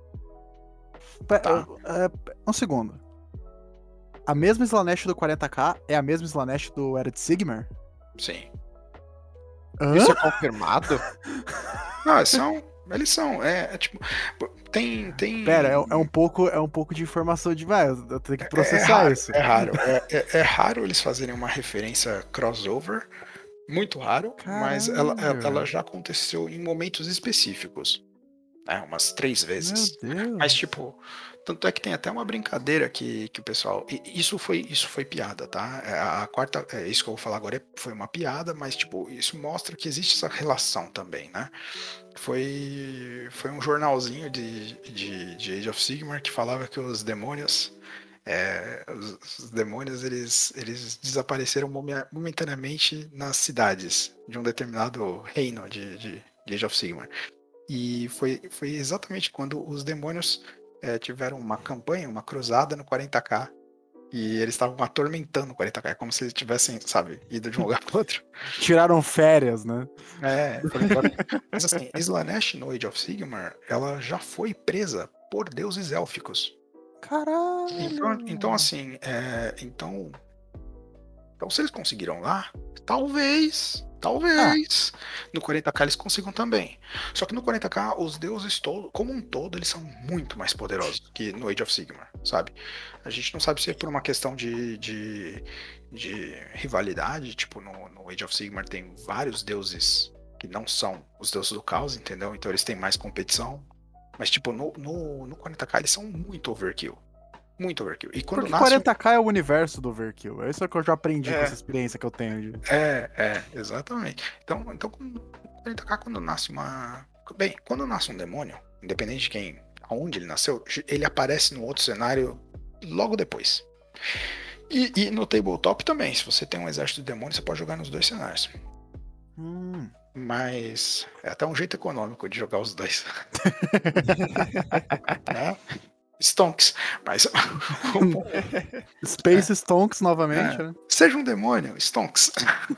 Tá. Um segundo. A mesma Slaanesh do 40K é a mesma Slaanesh do Era de Sigmar? Sim. Isso é confirmado? Não, eles são. Tipo. Tem. Pera, é um pouco de informação demais. Eu tenho que processar isso. É raro. É raro eles fazerem uma referência crossover. Muito raro. Caralho. Mas ela já aconteceu em momentos específicos. Né, umas 3 vezes. Meu Deus. Mas, tipo. Tanto é que tem até uma brincadeira que o pessoal... Isso foi piada, tá? A quarta... isso que eu vou falar agora foi uma piada, mas, tipo, isso mostra que existe essa relação também, né? Foi um jornalzinho de Age of Sigmar que falava que os demônios... os demônios, eles desapareceram momentaneamente nas cidades de um determinado reino de Age of Sigmar. E foi exatamente quando os demônios... tiveram uma campanha, uma cruzada no 40K E eles estavam atormentando o 40k, como se eles tivessem, sabe, ido de um lugar pro outro. Tiraram férias, né? Mas assim, a Slaanesh no Age of Sigmar, ela já foi presa por deuses élficos. Caralho! Então assim, então se eles conseguiram lá, talvez no 40k eles consigam também. Só que no 40k os deuses como um todo, eles são muito mais poderosos que no Age of Sigmar, sabe? A gente não sabe se é por uma questão de rivalidade, tipo no Age of Sigmar tem vários deuses que não são os deuses do caos, entendeu? Então eles têm mais competição. Mas tipo, no 40k eles são muito overkill. Muito overkill. E quando porque 40k é o universo do overkill. É isso que eu já aprendi com essa experiência que eu tenho. Exatamente. Então quando 40k, quando nasce quando nasce um demônio, independente de aonde ele nasceu, ele aparece no outro cenário logo depois. E no tabletop também, se você tem um exército de demônios, você pode jogar nos dois cenários. Mas é até um jeito econômico de jogar os dois. Né? Stonks, mas Space Stonks novamente, né? Seja um demônio, Stonks.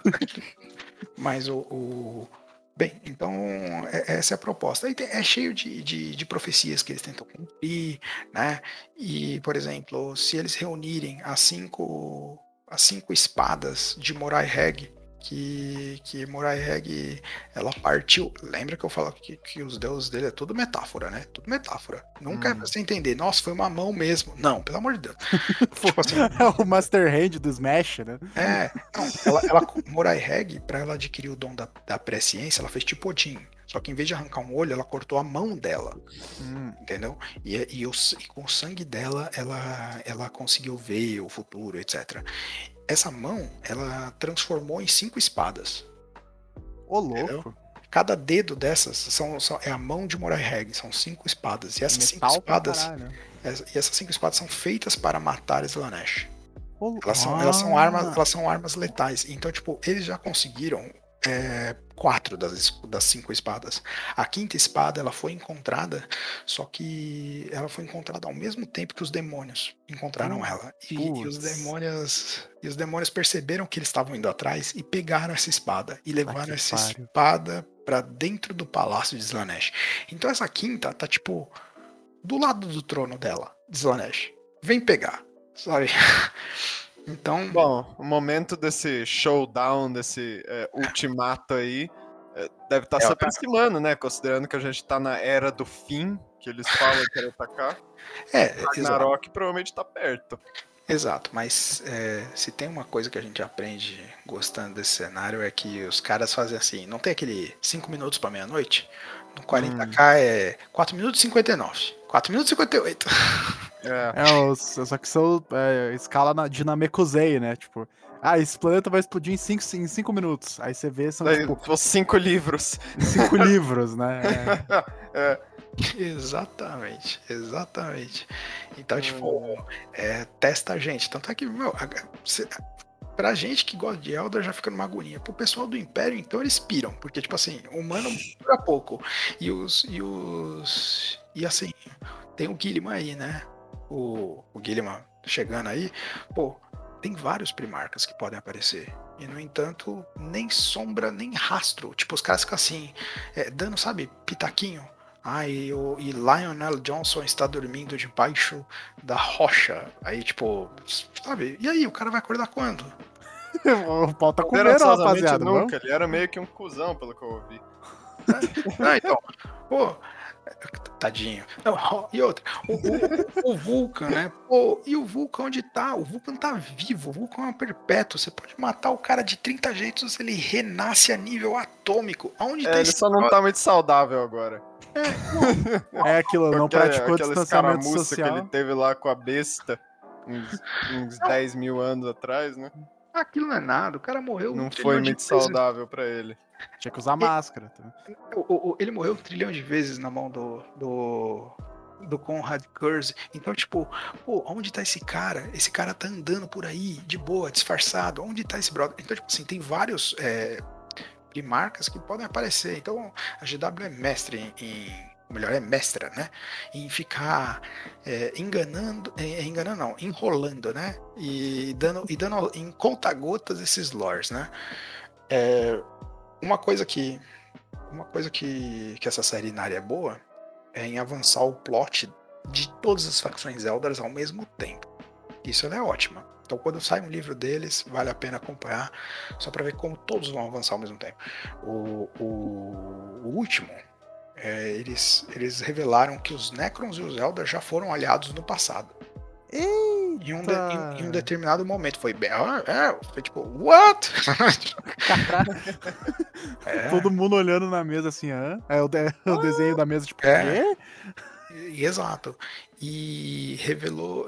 Mas bem, então essa é a proposta. Aí é cheio de profecias que eles tentam cumprir, né? E, por exemplo, se eles reunirem as cinco espadas de Morai Heg, que Morai Heg, ela partiu. Lembra que eu falo que os deuses dele é tudo metáfora, né? Tudo metáfora. Nunca é pra você entender, nossa, foi uma mão mesmo. Não, pelo amor de Deus. Tipo assim, é o Master Hand do Smash, né? Ela Morai Heg, pra ela adquirir o dom da presciência, ela fez tipo Odin. Só que em vez de arrancar um olho, ela cortou a mão dela. Entendeu? E com o sangue dela, ela conseguiu ver o futuro, etc. Essa mão, ela transformou em 5 espadas. Ô, louco. Entendeu? Cada dedo dessas é a mão de Morai Heg, são 5 espadas. E essas 5 espadas. E essas 5 espadas são feitas para matar Slaanesh. Elas são armas letais. Então, tipo, eles já conseguiram 4 das 5 espadas. A 5ª espada, ela foi encontrada, só que ela foi encontrada ao mesmo tempo que os demônios encontraram ela. E os demônios perceberam que eles estavam indo atrás e pegaram essa espada e levaram essa espada pra dentro do palácio de Slaanesh. Então essa 5ª tá tipo do lado do trono dela, de Slaanesh. Vem pegar, sabe? Então... Bom, o momento desse showdown, desse ultimato aí, deve estar se aproximando, né? Considerando que a gente tá na era do fim, que eles falam que era atacar. Ragnarok provavelmente tá perto. Exato, mas se tem uma coisa que a gente aprende gostando desse cenário é que os caras fazem assim, não tem aquele 5 minutos pra meia-noite? No 40k é 4 minutos e 59. 4 minutos e 58. Só que são escala de Namekusei, né? Tipo, esse planeta vai explodir em 5 minutos. Aí você vê, são tipo... 5 livros. 5 livros, né? Exatamente. Então, tipo, testa a gente. Tanto é que, pra gente que gosta de Elder já fica numa agonia. Pro pessoal do Império, então, eles piram. Porque, tipo assim, humano dura pouco. E assim, tem o Guilliman aí, né? O Guilliman chegando aí. Pô, tem vários primarcas que podem aparecer. E, no entanto, nem sombra, nem rastro. Tipo, os caras ficam assim, dando, sabe, pitaquinho. E Lionel Johnson está dormindo debaixo da rocha. Aí, tipo, sabe? E aí, o cara vai acordar quando? O pau tá comendo, rapaziada. Nunca. Ele era meio que um cuzão, pelo que eu ouvi. Então, pô, tadinho. Não, e outra, o Vulcan, né? Pô, e o Vulcan onde tá? O Vulcan tá vivo, o Vulcan é um perpétuo. Você pode matar o cara de 30 jeitos, ele renasce a nível atômico. Aonde tá ele só não tá muito saudável agora. Aquilo, não praticou distanciamento social. Que ele teve lá com a besta uns 10 mil anos atrás, né? Aquilo não é nada, o cara morreu. Não foi muito saudável pra ele. Tinha que usar máscara. Tá? Ele morreu 1 trilhão de vezes na mão do Conrad Kurz. Então, tipo, pô, onde tá esse cara? Esse cara tá andando por aí, de boa, disfarçado. Onde tá esse brother? Então, tipo assim, tem vários primarcas que podem aparecer. Então, a GW é mestre em o melhor é mestra, né? Em ficar enganando não, enrolando, né? E dando em conta-gotas esses lores, né? Uma coisa que essa série Inari é boa é em avançar o plot de todas as facções Eldars ao mesmo tempo. Isso ela é ótima. Então, quando sai um livro deles, vale a pena acompanhar, só para ver como todos vão avançar ao mesmo tempo. O último, eles revelaram que os Necrons e os Eldar já foram aliados no passado. Em um determinado momento. Foi bem. Foi tipo, what? Todo mundo olhando na mesa assim, o desenho da mesa, tipo, quê? Exato. E revelou.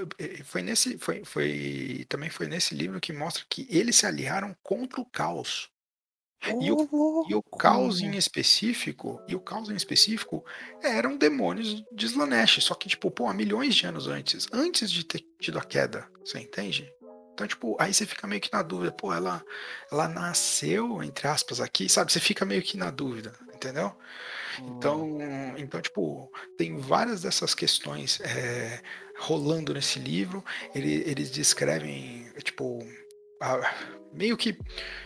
Também foi nesse livro que mostra que eles se aliaram contra o caos. E o caos em específico eram demônios de Slaanesh, só que tipo, há milhões de anos antes de ter tido a queda, você entende? Então, tipo, aí você fica meio que na dúvida, ela nasceu, entre aspas, aqui, sabe? Você fica meio que na dúvida, entendeu? Então, tipo, tem várias dessas questões rolando nesse livro. Eles descrevem, tipo, meio que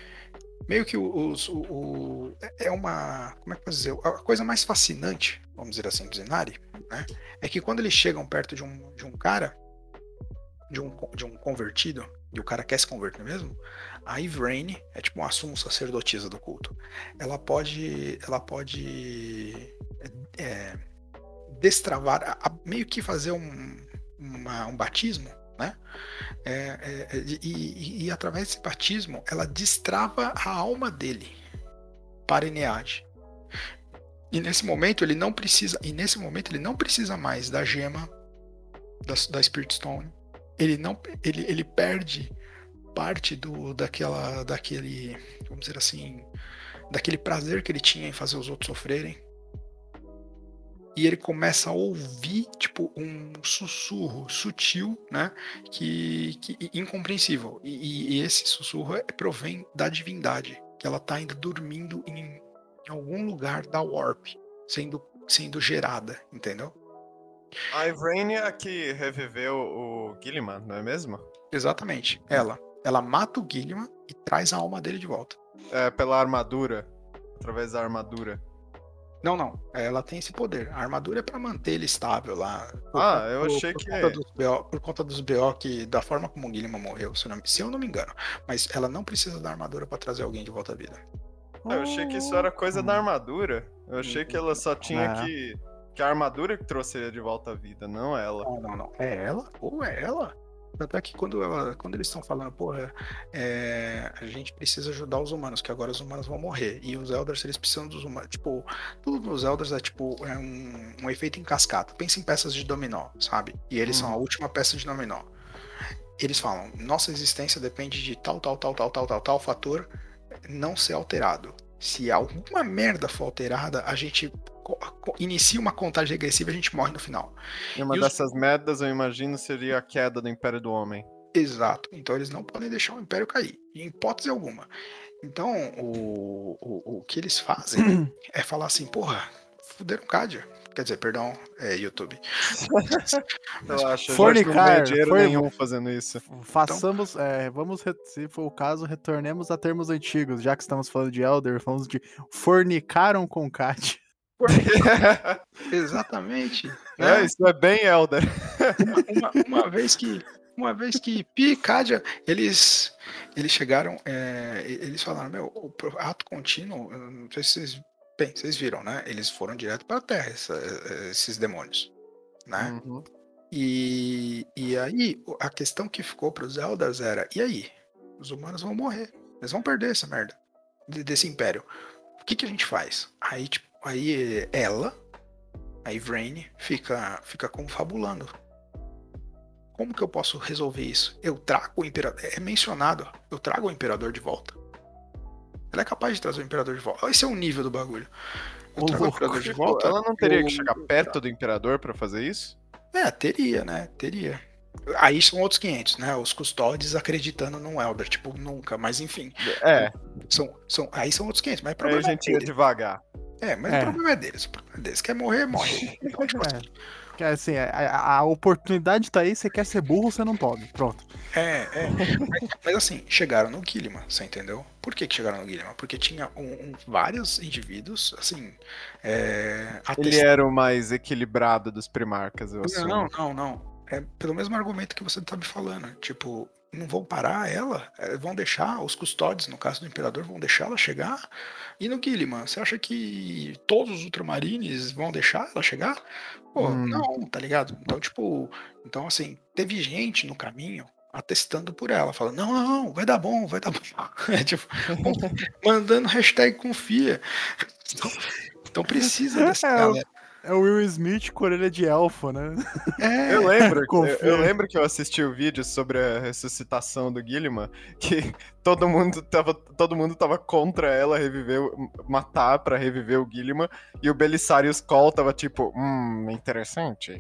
é uma, como é que eu posso dizer, a coisa mais fascinante, vamos dizer assim, do Inari, né, é que quando eles chegam perto de um cara, de um convertido, e o cara quer se converter mesmo, a Yvraine é tipo uma sumo sacerdotisa do culto. Ela pode destravar, meio que fazer um batismo, né? E através desse batismo ela destrava a alma dele para Enead. E nesse momento ele não precisa mais da gema da Spirit Stone. Ele perde parte daquele, vamos dizer assim, daquele prazer que ele tinha em fazer os outros sofrerem. E ele começa a ouvir, tipo, um sussurro sutil, né? Que incompreensível. E esse sussurro provém da divindade, que ela tá ainda dormindo em algum lugar da Warp, sendo gerada, entendeu? A Yvraine é a que reviveu o Guilliman, não é mesmo? Exatamente. Ela mata o Guilliman e traz a alma dele de volta. Pela armadura. Através da armadura. Não. Ela tem esse poder. A armadura é pra manter ele estável lá. Eu achei que... Por conta dos BO que... Da forma como o Guilliman morreu, se eu não me engano. Mas ela não precisa da armadura pra trazer alguém de volta à vida. Eu achei que isso era coisa da armadura. Eu achei que ela só tinha que a armadura que trouxe ele de volta à vida, não ela. Não. É ela? Ou é ela? Até que quando eles estão falando, a gente precisa ajudar os humanos, que agora os humanos vão morrer. E os Eldars, eles precisam dos humanos. Tipo, tudo nos Eldars é um efeito em cascata. Pensa em peças de dominó, sabe? E eles são a última peça de dominó. Eles falam, nossa existência depende de tal fator não ser alterado. Se alguma merda for alterada, a gente inicia uma contagem regressiva e a gente morre no final. E uma dessas merdas, eu imagino, seria a queda do Império do Homem. Exato. Então eles não podem deixar o Império cair, em hipótese alguma. Então, o que eles fazem é falar assim, fuderam Cadia. Quer dizer, perdão, YouTube. Eu acho que não tem dinheiro nenhum fazendo isso. Façamos, se for o caso, retornemos a termos antigos, já que estamos falando de Elder, falamos de fornicaram com Cadia. Exatamente. Né? Isso é bem Elder. Uma vez que Cadia, eles chegaram, eles falaram, o ato contínuo, não sei se vocês viram, né? Eles foram direto para a Terra, esses demônios, né? Uhum. E aí, a questão que ficou para os Eldars era, e aí? Os humanos vão morrer, eles vão perder essa merda desse império. O que a gente faz? Aí ela, a Yvraine, fica confabulando. Como que eu posso resolver isso? Eu trago o imperador. É mencionado, eu trago o imperador de volta. Ela é capaz de trazer o imperador de volta. Esse é o nível do bagulho. Eu trago o imperador de volta. Ela não teria que chegar perto do imperador pra fazer isso? Teria, né? Teria. Aí são outros 500, né? Os custódios acreditando num Elder, tipo, nunca, mas enfim. É. Aí são outros 500, mas aí a gente ia devagar. Mas o problema é deles. O problema é deles. Quer morrer, morre. Então, tipo assim, a oportunidade tá aí, você quer ser burro, você não pode. Pronto. Mas assim, chegaram no Guilliman, você entendeu? Por que chegaram no Guilliman? Porque tinha vários indivíduos, assim. Ele era o mais equilibrado dos primarcas, eu assumo. Não. É pelo mesmo argumento que você tá me falando. Tipo, não vão parar ela? Vão deixar os custódios, no caso do Imperador, vão deixar ela chegar? E no Guilliman, você acha que todos os Ultramarines vão deixar ela chegar? Pô, não, tá ligado? Então, tipo, assim, teve gente no caminho atestando por ela, falando, não, vai dar bom. Tipo, mandando hashtag confia. Então precisa dessa galera. É o Will Smith com orelha de elfo, né? Eu lembro que eu assisti o vídeo sobre a ressuscitação do Guilliman, que todo mundo tava contra ela matar pra reviver o Guilliman, e o Belisarius Cawl tava tipo, interessante.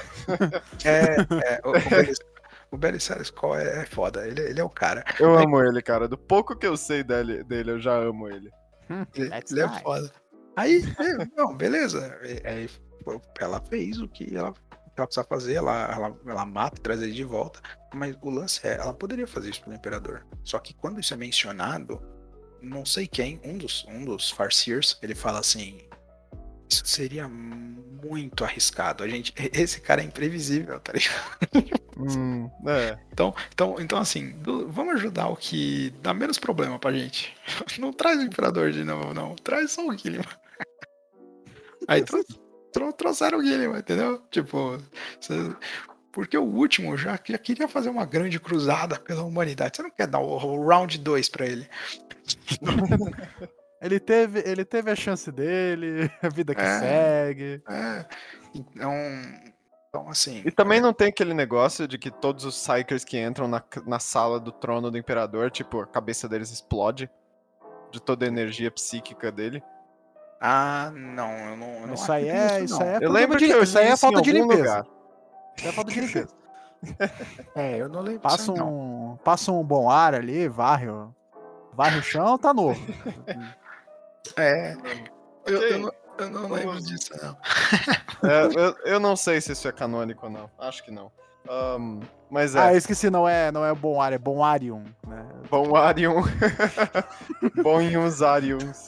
O Belisarius Cawl é foda, ele é o cara. Eu amo ele, cara. Do pouco que eu sei dele eu já amo ele. Ele é foda. Aí, não, beleza. Aí ela fez o que ela precisava fazer, ela mata e traz ele de volta. Mas o lance ela poderia fazer isso pelo Imperador. Só que quando isso é mencionado, não sei quem, um dos Farseers, ele fala assim: isso seria muito arriscado. Esse cara é imprevisível, tá ligado? Então assim, vamos ajudar o que dá menos problema pra gente. Não traz o Imperador de novo, não. Traz só o Guilliman. Aí trouxeram o Guilliman, entendeu? Tipo, porque o último já queria fazer uma grande cruzada pela humanidade. Você não quer dar o round 2 pra ele? Ele teve a chance dele, a vida que segue. Então, assim... E também não tem aquele negócio de que todos os Psykers que entram na sala do trono do Imperador, tipo, a cabeça deles explode de toda a energia psíquica dele. Não, eu não isso aí é eu lembro que isso aí é falta de limpeza. Lugar. Isso é falta de limpeza. Eu não lembro. Passa um bom ar ali, varre o chão, tá novo. Eu não lembro disso, não. Eu não sei se isso é canônico ou não. Acho que não. Mas eu esqueci, não é bom ar, é bom Arium, né? Bom Arium. Boniusariums.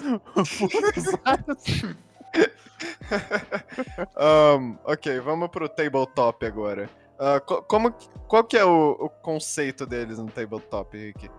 Ok, vamos pro tabletop agora. Qual que é o conceito deles no tabletop, Rick?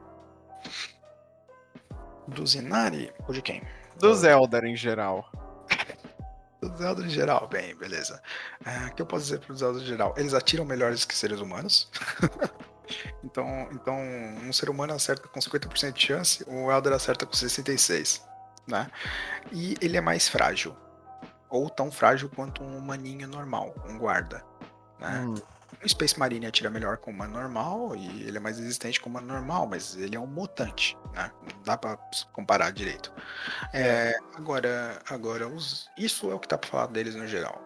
Do Zinari ou de quem? Do Zelda em geral. Do Zelda em geral, bem, beleza. O que eu posso dizer pro Zelda em geral? Eles atiram melhores que seres humanos. Então, um ser humano acerta com 50% de chance, o Elder acerta com 66%, né? E ele é mais frágil. Ou tão frágil quanto um humaninho normal, um guarda, né? O Space Marine atira melhor com uma normal e ele é mais resistente com uma normal, mas ele é um mutante, né? Não dá pra comparar direito. Agora isso é o que dá pra falar deles no geral.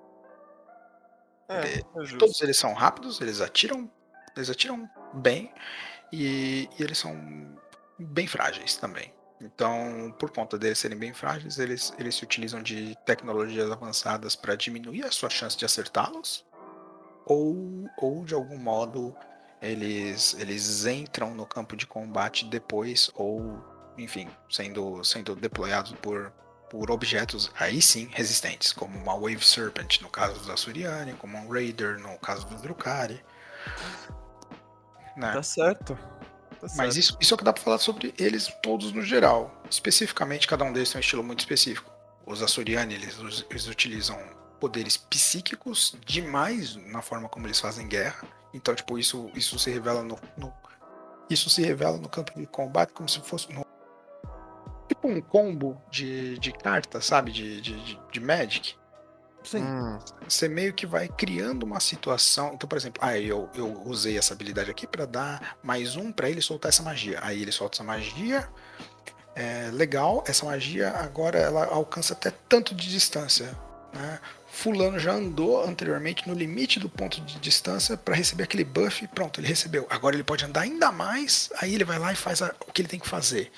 Todos eles são rápidos, eles atiram bem e eles são bem frágeis também. Então, por conta deles serem bem frágeis, eles se utilizam de tecnologias avançadas para diminuir a sua chance de acertá-los. Ou de algum modo eles entram no campo de combate depois, ou enfim, sendo deployados por objetos aí sim resistentes, como uma Wave Serpent no caso dos Asuryani, como um Raider no caso dos Drukhari, né? Tá certo. Mas isso é o que dá pra falar sobre eles todos no geral. Especificamente, cada um deles tem um estilo muito específico. Os Asuryani, eles utilizam poderes psíquicos demais na forma como eles fazem guerra. Então, tipo, isso se revela no campo de combate como se fosse tipo um combo de cartas, sabe? De Magic. Sim. Você meio que vai criando uma situação. Então, por exemplo, eu usei essa habilidade aqui pra dar mais um pra ele soltar essa magia. Aí ele solta essa magia. Legal, essa magia agora ela alcança até tanto de distância, né? Fulano já andou anteriormente no limite do ponto de distância para receber aquele buff, pronto, ele recebeu. Agora ele pode andar ainda mais, aí ele vai lá e faz o que ele tem que fazer.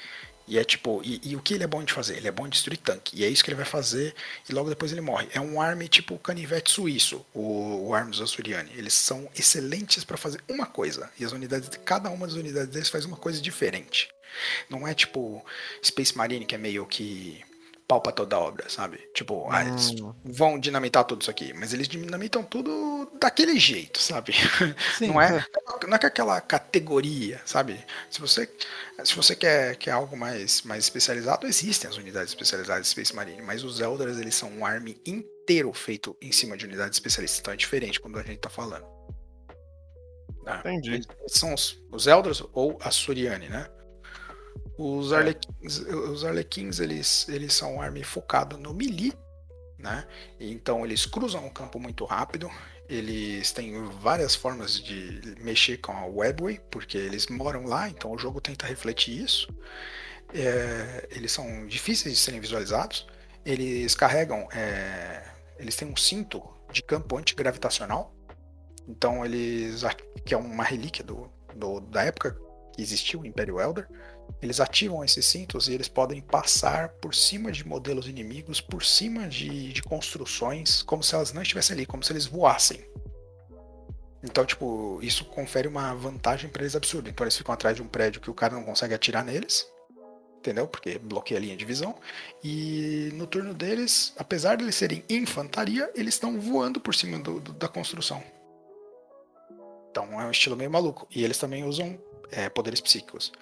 E é tipo, e o que ele é bom de fazer? Ele é bom de destruir tanque. E é isso que ele vai fazer, e logo depois ele morre. É um army tipo canivete suíço, o arm dos Asuryani. Eles são excelentes para fazer uma coisa. E cada uma das unidades deles faz uma coisa diferente. Não é tipo Space Marine, que é meio que pau pra toda obra, sabe? Tipo, eles vão dinamitar tudo isso aqui, mas eles dinamitam tudo daquele jeito, sabe? Não é com aquela categoria, sabe? Se você quer algo mais especializado, existem as unidades especializadas de Space Marine, mas os Eldars, eles são um army inteiro feito em cima de unidades especialistas, então é diferente quando a gente tá falando. Entendi. Eles são os Eldars ou Asuryani, né? Os Arlequins, eles são um army focado no melee, né? Então eles cruzam o campo muito rápido. Eles têm várias formas de mexer com a Webway, porque eles moram lá, então o jogo tenta refletir isso. Eles são difíceis de serem visualizados. Eles carregam, eles têm um cinto de campo antigravitacional. Então que é uma relíquia da época que existiu o Império Eldar. Eles ativam esses cintos e eles podem passar por cima de modelos inimigos, por cima de construções, como se elas não estivessem ali, como se eles voassem. Então, tipo, isso confere uma vantagem para eles absurda. Então eles ficam atrás de um prédio que o cara não consegue atirar neles, entendeu? Porque bloqueia a linha de visão. E no turno deles, apesar de eles serem infantaria, eles estão voando por cima da construção. Então é um estilo meio maluco. E eles também usam poderes psíquicos.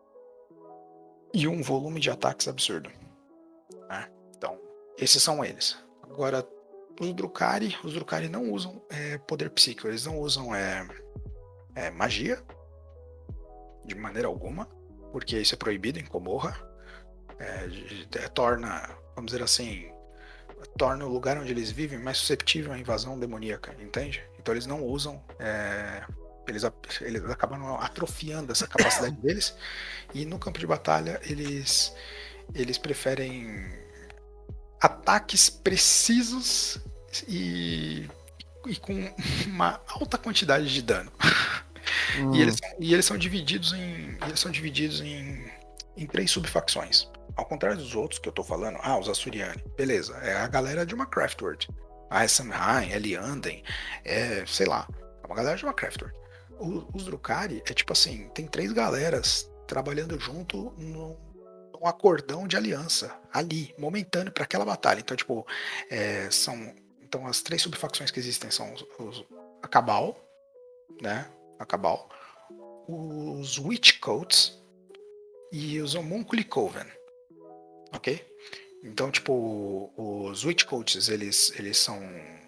E um volume de ataques absurdo. Né? Então, esses são eles. Agora, os Drukhari não usam poder psíquico, eles não usam magia, de maneira alguma, porque isso é proibido em Gomorra. Torna, vamos dizer assim, torna o lugar onde eles vivem mais susceptível à invasão demoníaca, entende? Então eles não usam... Eles acabam atrofiando essa capacidade deles, e no campo de batalha eles preferem ataques precisos e com uma alta quantidade de dano. E eles são divididos em 3 subfacções. Ao contrário dos outros que eu tô falando, os Asuryani, beleza, é a galera de uma Craftworld. A Samhain, Elianden, sei lá, é uma galera de uma Craftworld. Os Drukhari é tipo assim, tem 3 galeras trabalhando junto num acordão de aliança ali, momentâneo para aquela batalha. Então, tipo, então as 3 subfacções que existem são a Cabal, né? A Cabal, os Witchcoats e os Homunculi Coven, ok? Então, tipo, os Witchcoats, eles são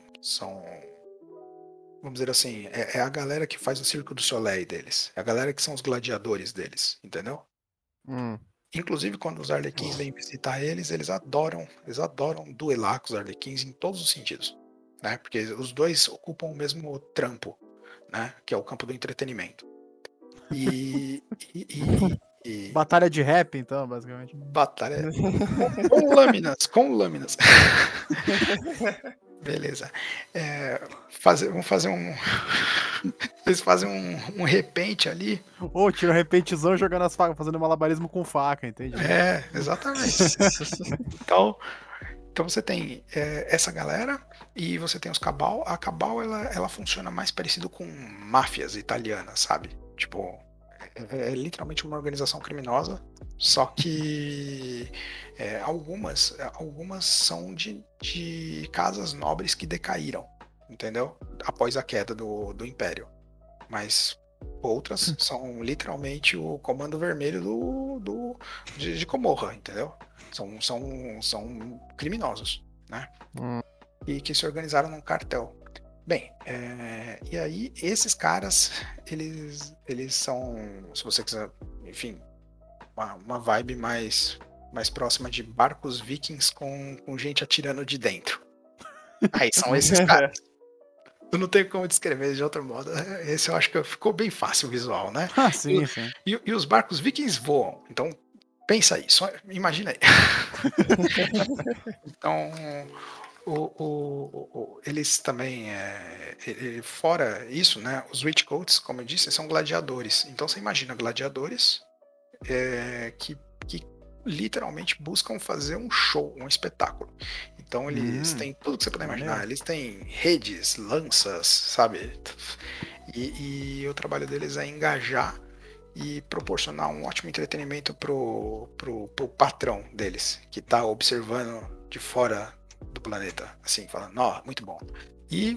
vamos dizer assim, é a galera que faz o Circo do Soleil deles. É a galera que são os gladiadores deles, entendeu? Inclusive, quando os Arlequins vêm visitar eles adoram duelar com os Arlequins em todos os sentidos, né? Porque os dois ocupam o mesmo trampo, né? Que é o campo do entretenimento. Batalha de rap, então, basicamente. Batalha com lâminas. Beleza. Vamos fazer um... Eles fazem um repente ali. Tira um repentezão jogando as facas, fazendo malabarismo com faca, entende? Exatamente. Então você tem essa galera e você tem os Cabal. A Cabal, ela funciona mais parecido com máfias italianas, sabe? Tipo, é literalmente uma organização criminosa, só que algumas são de casas nobres que decaíram, entendeu? Após a queda do Império. Mas outras são literalmente o comando vermelho de Gomorra, entendeu? São criminosos, né? E que se organizaram num cartel. Bem, e aí esses caras, eles são, se você quiser, enfim, uma vibe mais próxima de barcos vikings com gente atirando de dentro. Aí são esses caras. Eu não tenho como descrever de outro modo. Esse eu acho que ficou bem fácil o visual, né? Sim. E os barcos vikings voam. Então, pensa aí. Só imagina aí. Então, eles também... fora isso, né? Os Witchcoats, como eu disse, são gladiadores. Então, você imagina gladiadores que literalmente buscam fazer um show, um espetáculo. Então eles têm tudo que você puder imaginar. Eles têm redes, lanças, sabe? E o trabalho deles é engajar e proporcionar um ótimo entretenimento pro patrão deles, que tá observando de fora do planeta, assim, falando, ó, muito bom. E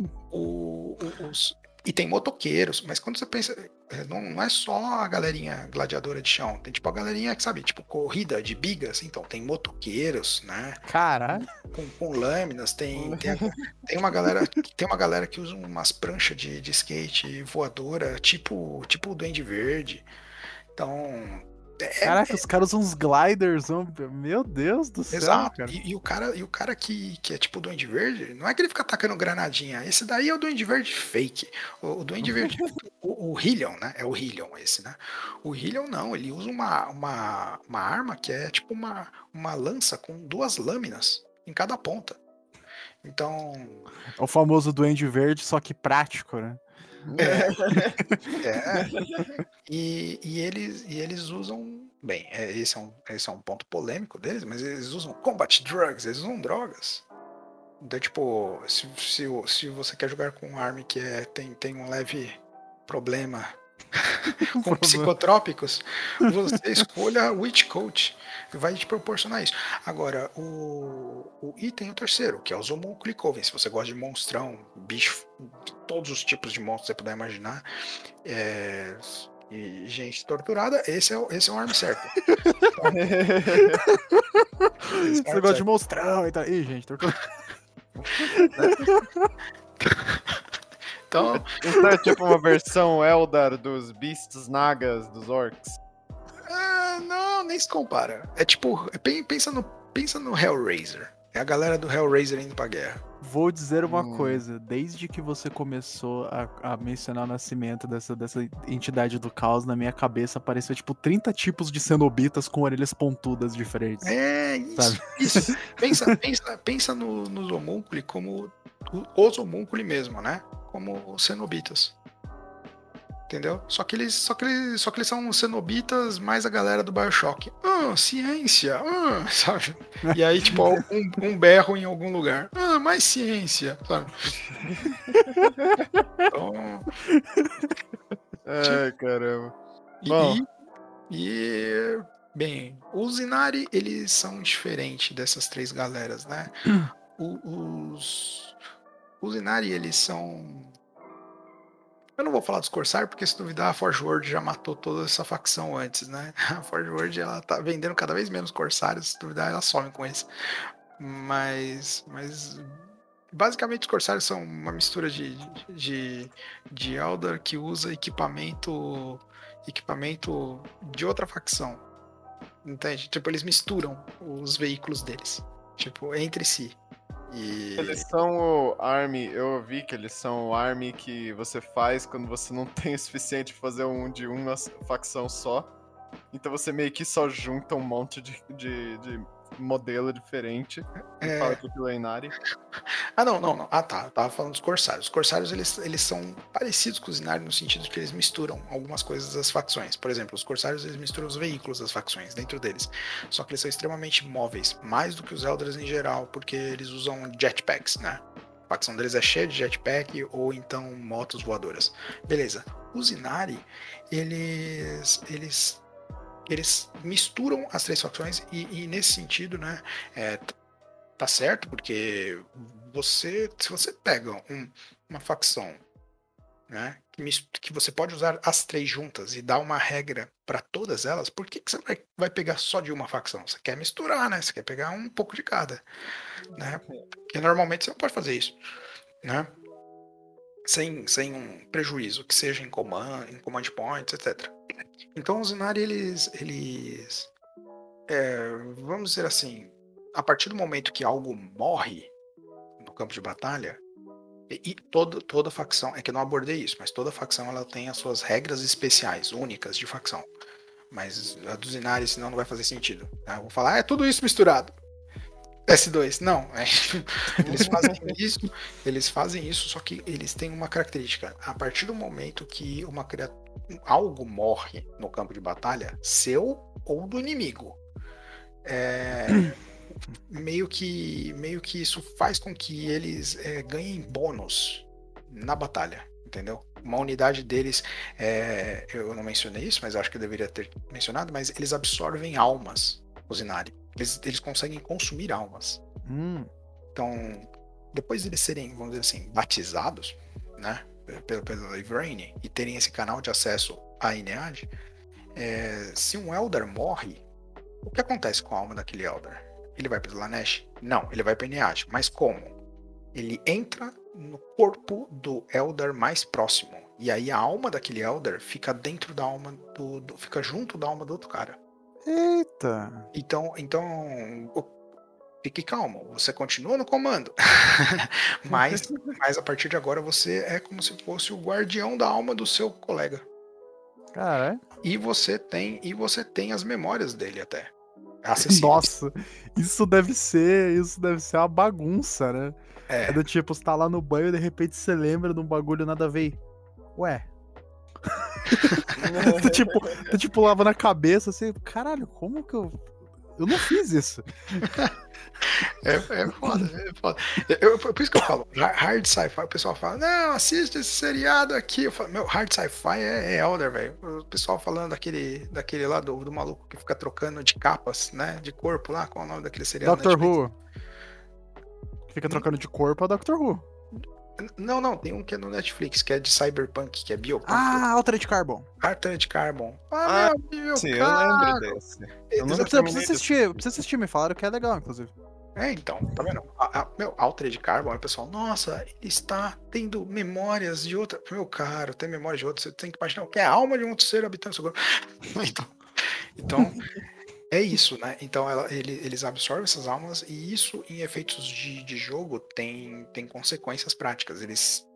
e tem motoqueiros, mas quando você pensa, não é só a galerinha gladiadora de chão, tem tipo a galerinha que sabe, tipo corrida de bigas, então tem motoqueiros, né? Caralho. Com lâminas, tem uma galera que usa umas pranchas de skate voadora, tipo o Duende Verde. Então, caraca, os caras usam uns gliders, meu Deus do céu. Exato. Cara. E o cara que é tipo o Duende Verde, não é que ele fica atacando granadinha. Esse daí é o Duende Verde fake. O Duende Verde, o Hylian, né? É o Hylian esse, né? O Hylian não, ele usa uma arma que é tipo uma lança com 2 lâminas em cada ponta. Então. É o famoso Duende Verde, só que prático, né? E eles usam. Bem, esse é um ponto polêmico deles, mas eles usam combat drugs, eles usam drogas. Então, tipo, se você quer jogar com um arma que tem um leve problema com psicotrópicos, você escolha Witch Coat, vai te proporcionar isso. Agora, o item é o terceiro, que é os Homunculi Coven. Se você gosta de monstrão, bicho, todos os tipos de monstros que você puder imaginar, e gente torturada, esse é o arma certo. Você gosta de monstrão e tal. Ih, gente, torturada. Então é tipo uma versão Eldar dos Beasts Nagas, dos Orcs. Não, nem se compara. É tipo, pensa no Hellraiser. É a galera do Hellraiser indo pra guerra. Vou dizer uma coisa, desde que você começou a mencionar o nascimento dessa entidade do caos, na minha cabeça apareceu tipo 30 tipos de cenobitas com orelhas pontudas diferentes. Isso. Pensa nos homúnculi como os homúnculi mesmo, né? Como cenobitas. Entendeu? Só que eles são cenobitas mais a galera do BioShock. Ciência! Sabe? E aí, tipo, um berro em algum lugar. Mais ciência! Sabe? Então, ai, caramba. Bom. Bem, os Inari, eles são diferentes dessas 3 galeras, né? Os Inari, eles são... Eu não vou falar dos Corsários, porque se duvidar, a Forge World já matou toda essa facção antes, né? A Forge World, ela tá vendendo cada vez menos Corsários, se duvidar, ela some com eles. Mas basicamente os Corsários são uma mistura de Eldar que usa equipamento de outra facção. Entende? Tipo, eles misturam os veículos deles, tipo, entre si. Eles são o Army, eu vi que eles são o Army que você faz quando você não tem o suficiente pra fazer de uma facção só. Então você meio que só junta um monte de modelo diferente e fala que aquilo é Inari. Não. Tá. Eu tava falando dos Corsários. Os Corsários, eles são parecidos com os Inari no sentido de que eles misturam algumas coisas das facções. Por exemplo, os Corsários, eles misturam os veículos das facções dentro deles. Só que eles são extremamente móveis, mais do que os Eldars em geral, porque eles usam jetpacks, né? A facção deles é cheia de jetpack ou então motos voadoras. Beleza. Os Inari, eles misturam as 3 facções e nesse sentido, né, tá certo, porque se você pega uma facção, né, que você pode usar as 3 juntas e dar uma regra para todas elas, por que você vai pegar só de uma facção? Você quer misturar, né? Você quer pegar um pouco de cada, né? Porque normalmente você não pode fazer isso, né? Sem um prejuízo, que seja em command points, etc. Então os Inari, eles vamos dizer assim, a partir do momento que algo morre no campo de batalha, e toda facção, é que eu não abordei isso, mas toda facção ela tem as suas regras especiais, únicas de facção. Mas a dos Inari, senão não vai fazer sentido. Tá? Eu vou falar, é tudo isso misturado. S2, não. Eles fazem isso, só que eles têm uma característica. A partir do momento que algo morre no campo de batalha, seu ou do inimigo, meio que isso faz com que eles ganhem bônus na batalha, entendeu? Uma unidade deles, eu não mencionei isso, mas acho que eu deveria ter mencionado, mas eles absorvem almas, os Inari. Eles conseguem consumir almas. Então, depois de eles serem, vamos dizer assim, batizados, né, pelo Ivraine, e terem esse canal de acesso à Inead, se um Elder morre, o que acontece com a alma daquele Elder? Ele vai para Slaanesh? Não, ele vai para Inead. Mas como? Ele entra no corpo do Elder mais próximo. E aí a alma daquele Elder fica dentro da alma fica junto da alma do outro cara. Eita! Então, fique calmo, você continua no comando. mas a partir de agora você é como se fosse o guardião da alma do seu colega. Caralho. E você tem as memórias dele até. Nossa, isso deve ser uma bagunça, né? É do tipo, você tá lá no banho e de repente você lembra de um bagulho nada a ver. Ué. tu tipo lava na cabeça assim, caralho, como que eu não fiz isso? É foda. Por isso que eu falo, hard sci-fi, o pessoal fala, não, assiste esse seriado aqui. Eu falo, meu, hard sci-fi é Elder, velho. O pessoal falando daquele lá do maluco que fica trocando de capas, né, de corpo lá, qual é o nome daquele seriado? Doctor Who. Fica trocando de corpo é Doctor Who. Não, tem um que é no Netflix, que é de Cyberpunk, que é Biopunk. Altered Carbon. Altered Carbon. Meu sim, cara. Eu lembro desse. Eu preciso assistir, me falaram que é legal, inclusive. Então, tá vendo? Meu, Altered Carbon, o pessoal, nossa, ele está tendo memórias de outra. Meu caro, tem memória de outra, você tem que imaginar que é a alma de um outro ser habitando seu corpo. Então, é isso, né? Então eles absorvem essas almas e isso em efeitos de jogo tem consequências práticas. Eles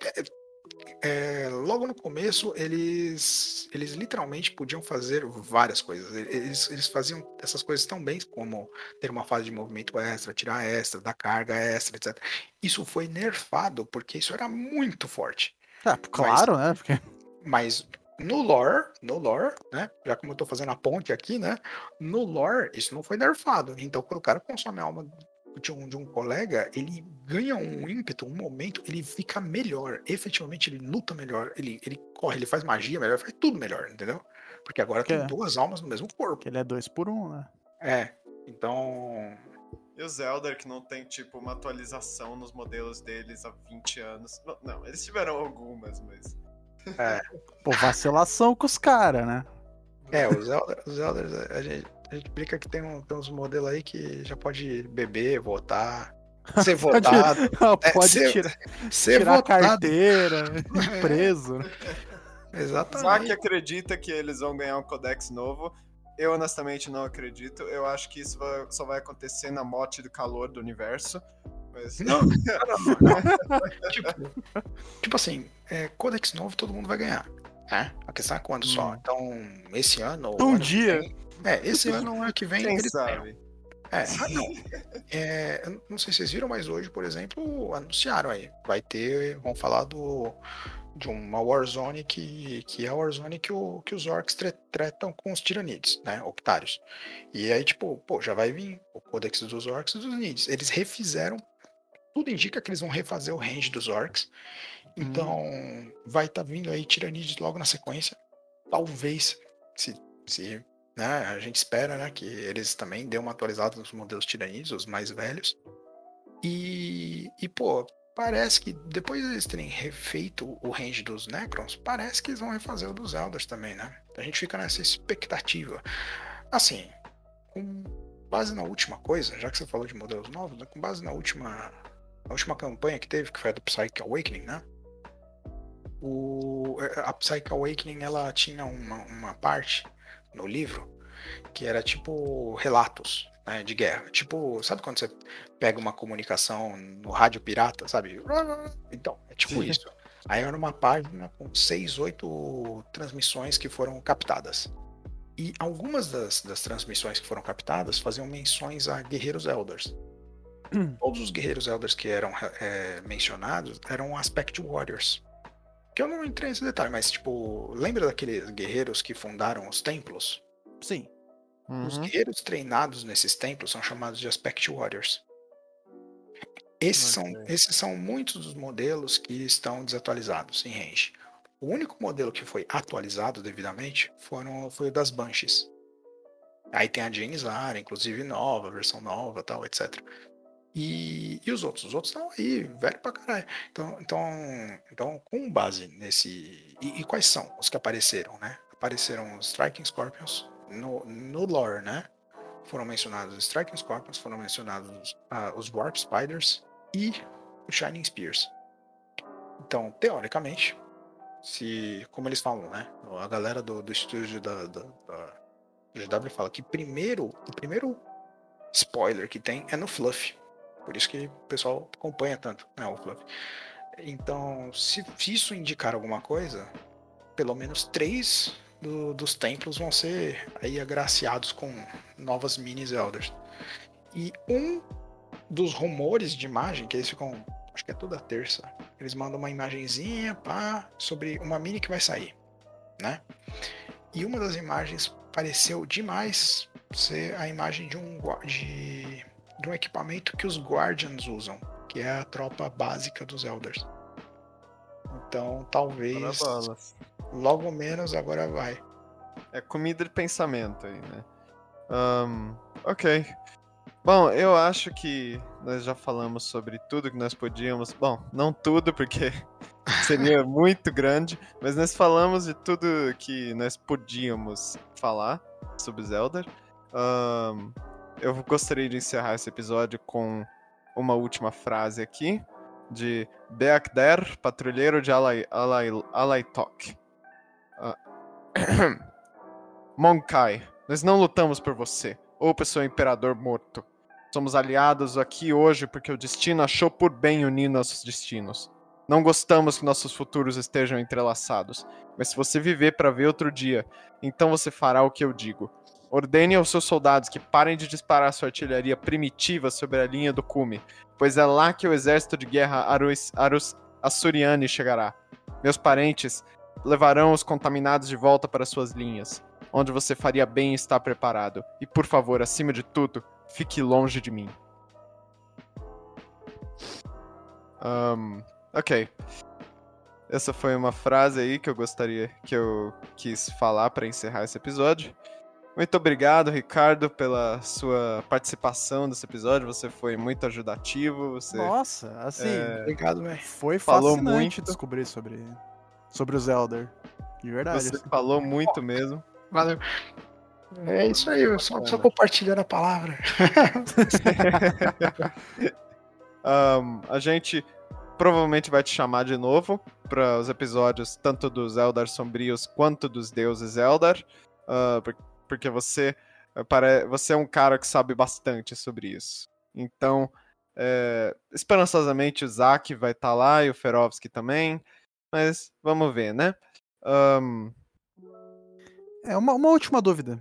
logo no começo eles literalmente podiam fazer várias coisas. Eles faziam essas coisas tão bem como ter uma fase de movimento extra, tirar extra, dar carga extra, etc. Isso foi nerfado porque isso era muito forte. Claro, né? Mas no lore, né? Já como eu tô fazendo a ponte aqui, né? No lore, isso não foi nerfado. Então, quando o cara consome a alma de um colega, ele ganha um ímpeto, um momento, ele fica melhor. Efetivamente, ele luta melhor, ele corre, ele faz magia melhor, faz tudo melhor, entendeu? Porque agora tem duas almas no mesmo corpo. Ele é 2x1, né? Então... E o Zelda, que não tem, tipo, uma atualização nos modelos deles há 20 anos. Não, eles tiveram algumas, mas... Pô, vacilação com os caras, né? Os Elders, a gente brinca que tem uns modelos aí que já pode beber, votar, ser votado. Pode tirar a carteira, preso. Exatamente. Zack acredita que eles vão ganhar um codex novo. Eu honestamente não acredito. Eu acho que isso só vai acontecer na morte do calor do universo. Mas... Não. tipo assim, codex novo todo mundo vai ganhar. A questão é quando só. Então, esse ano. Um dia. Esse ano ou ano que vem. Quem sabe? Eu não sei se vocês viram, mas hoje, por exemplo, anunciaram aí. Vão falar de uma Warzone que é a Warzone que os orcs tratam com os tiranids, né? Octários. E aí, tipo, já vai vir o Codex dos orcs e dos nids. Eles refizeram. Tudo indica que eles vão refazer o range dos orcs. Então, vai estar vindo aí tiranids logo na sequência. Talvez, se né, a gente espera, né, que eles também dêem uma atualizada nos modelos tiranids, os mais velhos. E pô, parece que depois de eles terem refeito o range dos Necrons, parece que eles vão refazer o dos Elders também, né? A gente fica nessa expectativa. Assim, com base na última coisa, já que você falou de modelos novos, né, com base na última campanha que teve, que foi a do Psychic Awakening, né? A Psychic Awakening, ela tinha uma parte no livro que era tipo relatos, né, de guerra. Tipo, sabe quando você pega uma comunicação no rádio pirata, sabe? Então, é tipo isso. Aí era uma página com 6, 8 transmissões que foram captadas. E algumas das transmissões que foram captadas faziam menções a guerreiros elders. Todos os guerreiros elders que eram mencionados eram Aspect Warriors. Que eu não entrei nesse detalhe, mas tipo, lembra daqueles guerreiros que fundaram os templos? Sim. Os guerreiros treinados nesses templos são chamados de Aspect Warriors. Esses são muitos dos modelos que estão desatualizados em range. O único modelo que foi atualizado devidamente foi o das Banshees. Aí tem a Jane Zara, inclusive nova, versão nova, tal, etc. E os outros? Os outros estão aí, velho pra caralho. Então com base nesse... E quais são os que apareceram, né? Apareceram os Striking Scorpions no lore, né? Foram mencionados os Striking Scorpions, foram mencionados os Warp Spiders e os Shining Spears. Então, teoricamente, como eles falam, né? A galera do estúdio da GW fala que o primeiro spoiler que tem é no Fluff. Por isso que o pessoal acompanha tanto, né, o Fluff. Então, se isso indicar alguma coisa, pelo menos 3 dos templos vão ser aí agraciados com novas mini Elders. E um dos rumores de imagem, que eles ficam, acho que é toda terça, eles mandam uma imagenzinha sobre uma mini que vai sair, né? E uma das imagens pareceu demais ser a imagem de um equipamento que os Guardians usam, que é a tropa básica dos Elders. Então, talvez logo menos agora vai. É comida de pensamento aí, né? Ok. Bom, eu acho que nós já falamos sobre tudo que nós podíamos. Bom, não tudo, porque seria muito grande, mas nós falamos de tudo que nós podíamos falar sobre Zelda. Eu gostaria de encerrar esse episódio com uma última frase aqui, de Beakder, patrulheiro de Alaitok. Monkai, nós não lutamos por você, ou por seu imperador morto. Somos aliados aqui hoje porque o destino achou por bem unir nossos destinos. Não gostamos que nossos futuros estejam entrelaçados, mas se você viver para ver outro dia, então você fará o que eu digo. Ordene aos seus soldados que parem de disparar sua artilharia primitiva sobre a linha do cume, pois é lá que o exército de guerra Assuriani chegará. Meus parentes levarão os contaminados de volta para suas linhas, onde você faria bem em estar preparado. E, por favor, acima de tudo, fique longe de mim. Ok. Essa foi uma frase aí que eu quis falar para encerrar esse episódio. Muito obrigado, Ricardo, pela sua participação nesse episódio. Você foi muito ajudativo. Nossa, assim, obrigado, velho. Foi fascinante descobrir sobre o Zelda. De verdade. Você falou muito mesmo. Valeu. É isso aí, eu só compartilhando a palavra. A gente provavelmente vai te chamar de novo para os episódios tanto dos Eldar Sombrios quanto dos Deuses Eldar, porque você é um cara que sabe bastante sobre isso. Então, esperançosamente o Zack vai estar lá e o Ferovski também, mas vamos ver, né? Uma última dúvida.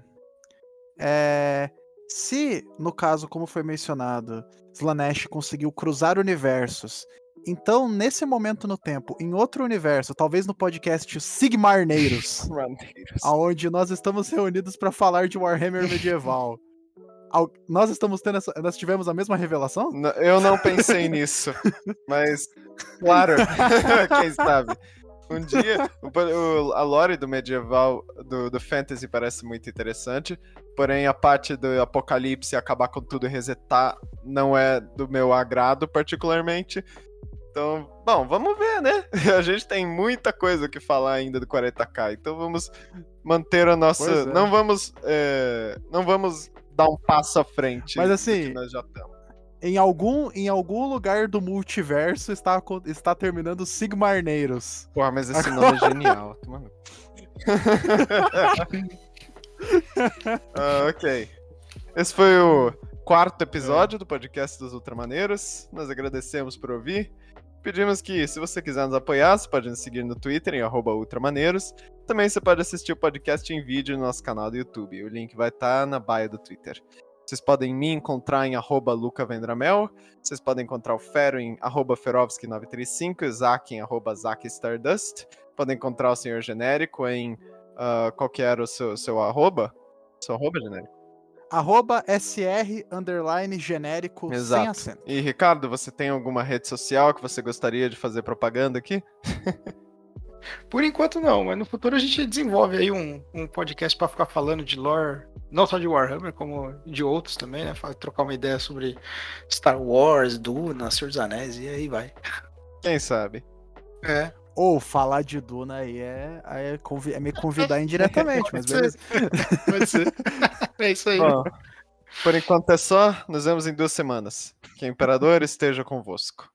Se, no caso, como foi mencionado, Slaanesh conseguiu cruzar universos, então, nesse momento no tempo, em outro universo, talvez no podcast Sigmarneiros, onde nós estamos reunidos para falar de Warhammer medieval, nós tivemos a mesma revelação? Eu não pensei nisso, mas, claro, quem sabe. Um dia, a lore do medieval, do fantasy parece muito interessante, porém a parte do apocalipse acabar com tudo e resetar não é do meu agrado particularmente. Então, bom, vamos ver, né? A gente tem muita coisa que falar ainda do 40k, então vamos manter a nossa... Não vamos dar um passo à frente. Mas assim, que nós já estamos. Em algum lugar do multiverso está terminando Sigmarneiros. Porra, mas esse nome é genial. Mano. Ok. Esse foi o 4º episódio do podcast dos Ultramaneiros. Nós agradecemos por ouvir. Pedimos que, se você quiser nos apoiar, você pode nos seguir no Twitter, em @ultramaneiros. Também você pode assistir o podcast em vídeo no nosso canal do YouTube. O link vai estar na bio do Twitter. Vocês podem me encontrar em @lucavendramel. Vocês podem encontrar o Fero em @ferovski935, o Zack em @zackstardust. Podem encontrar o Senhor Genérico em... qual que era o seu arroba? Seu arroba, Genérico? @SR_genérico sem acento. E Ricardo, você tem alguma rede social que você gostaria de fazer propaganda aqui? Por enquanto não, mas no futuro a gente desenvolve aí um podcast para ficar falando de lore, não só de Warhammer, como de outros também, né? Trocar uma ideia sobre Star Wars, Duna, Senhor dos Anéis, e aí vai. Quem sabe? Ou falar de Duna aí é me convidar indiretamente, mas beleza. Pode ser. É isso aí. Bom, por enquanto é só, nos vemos em 2 semanas. Que o Imperador esteja convosco.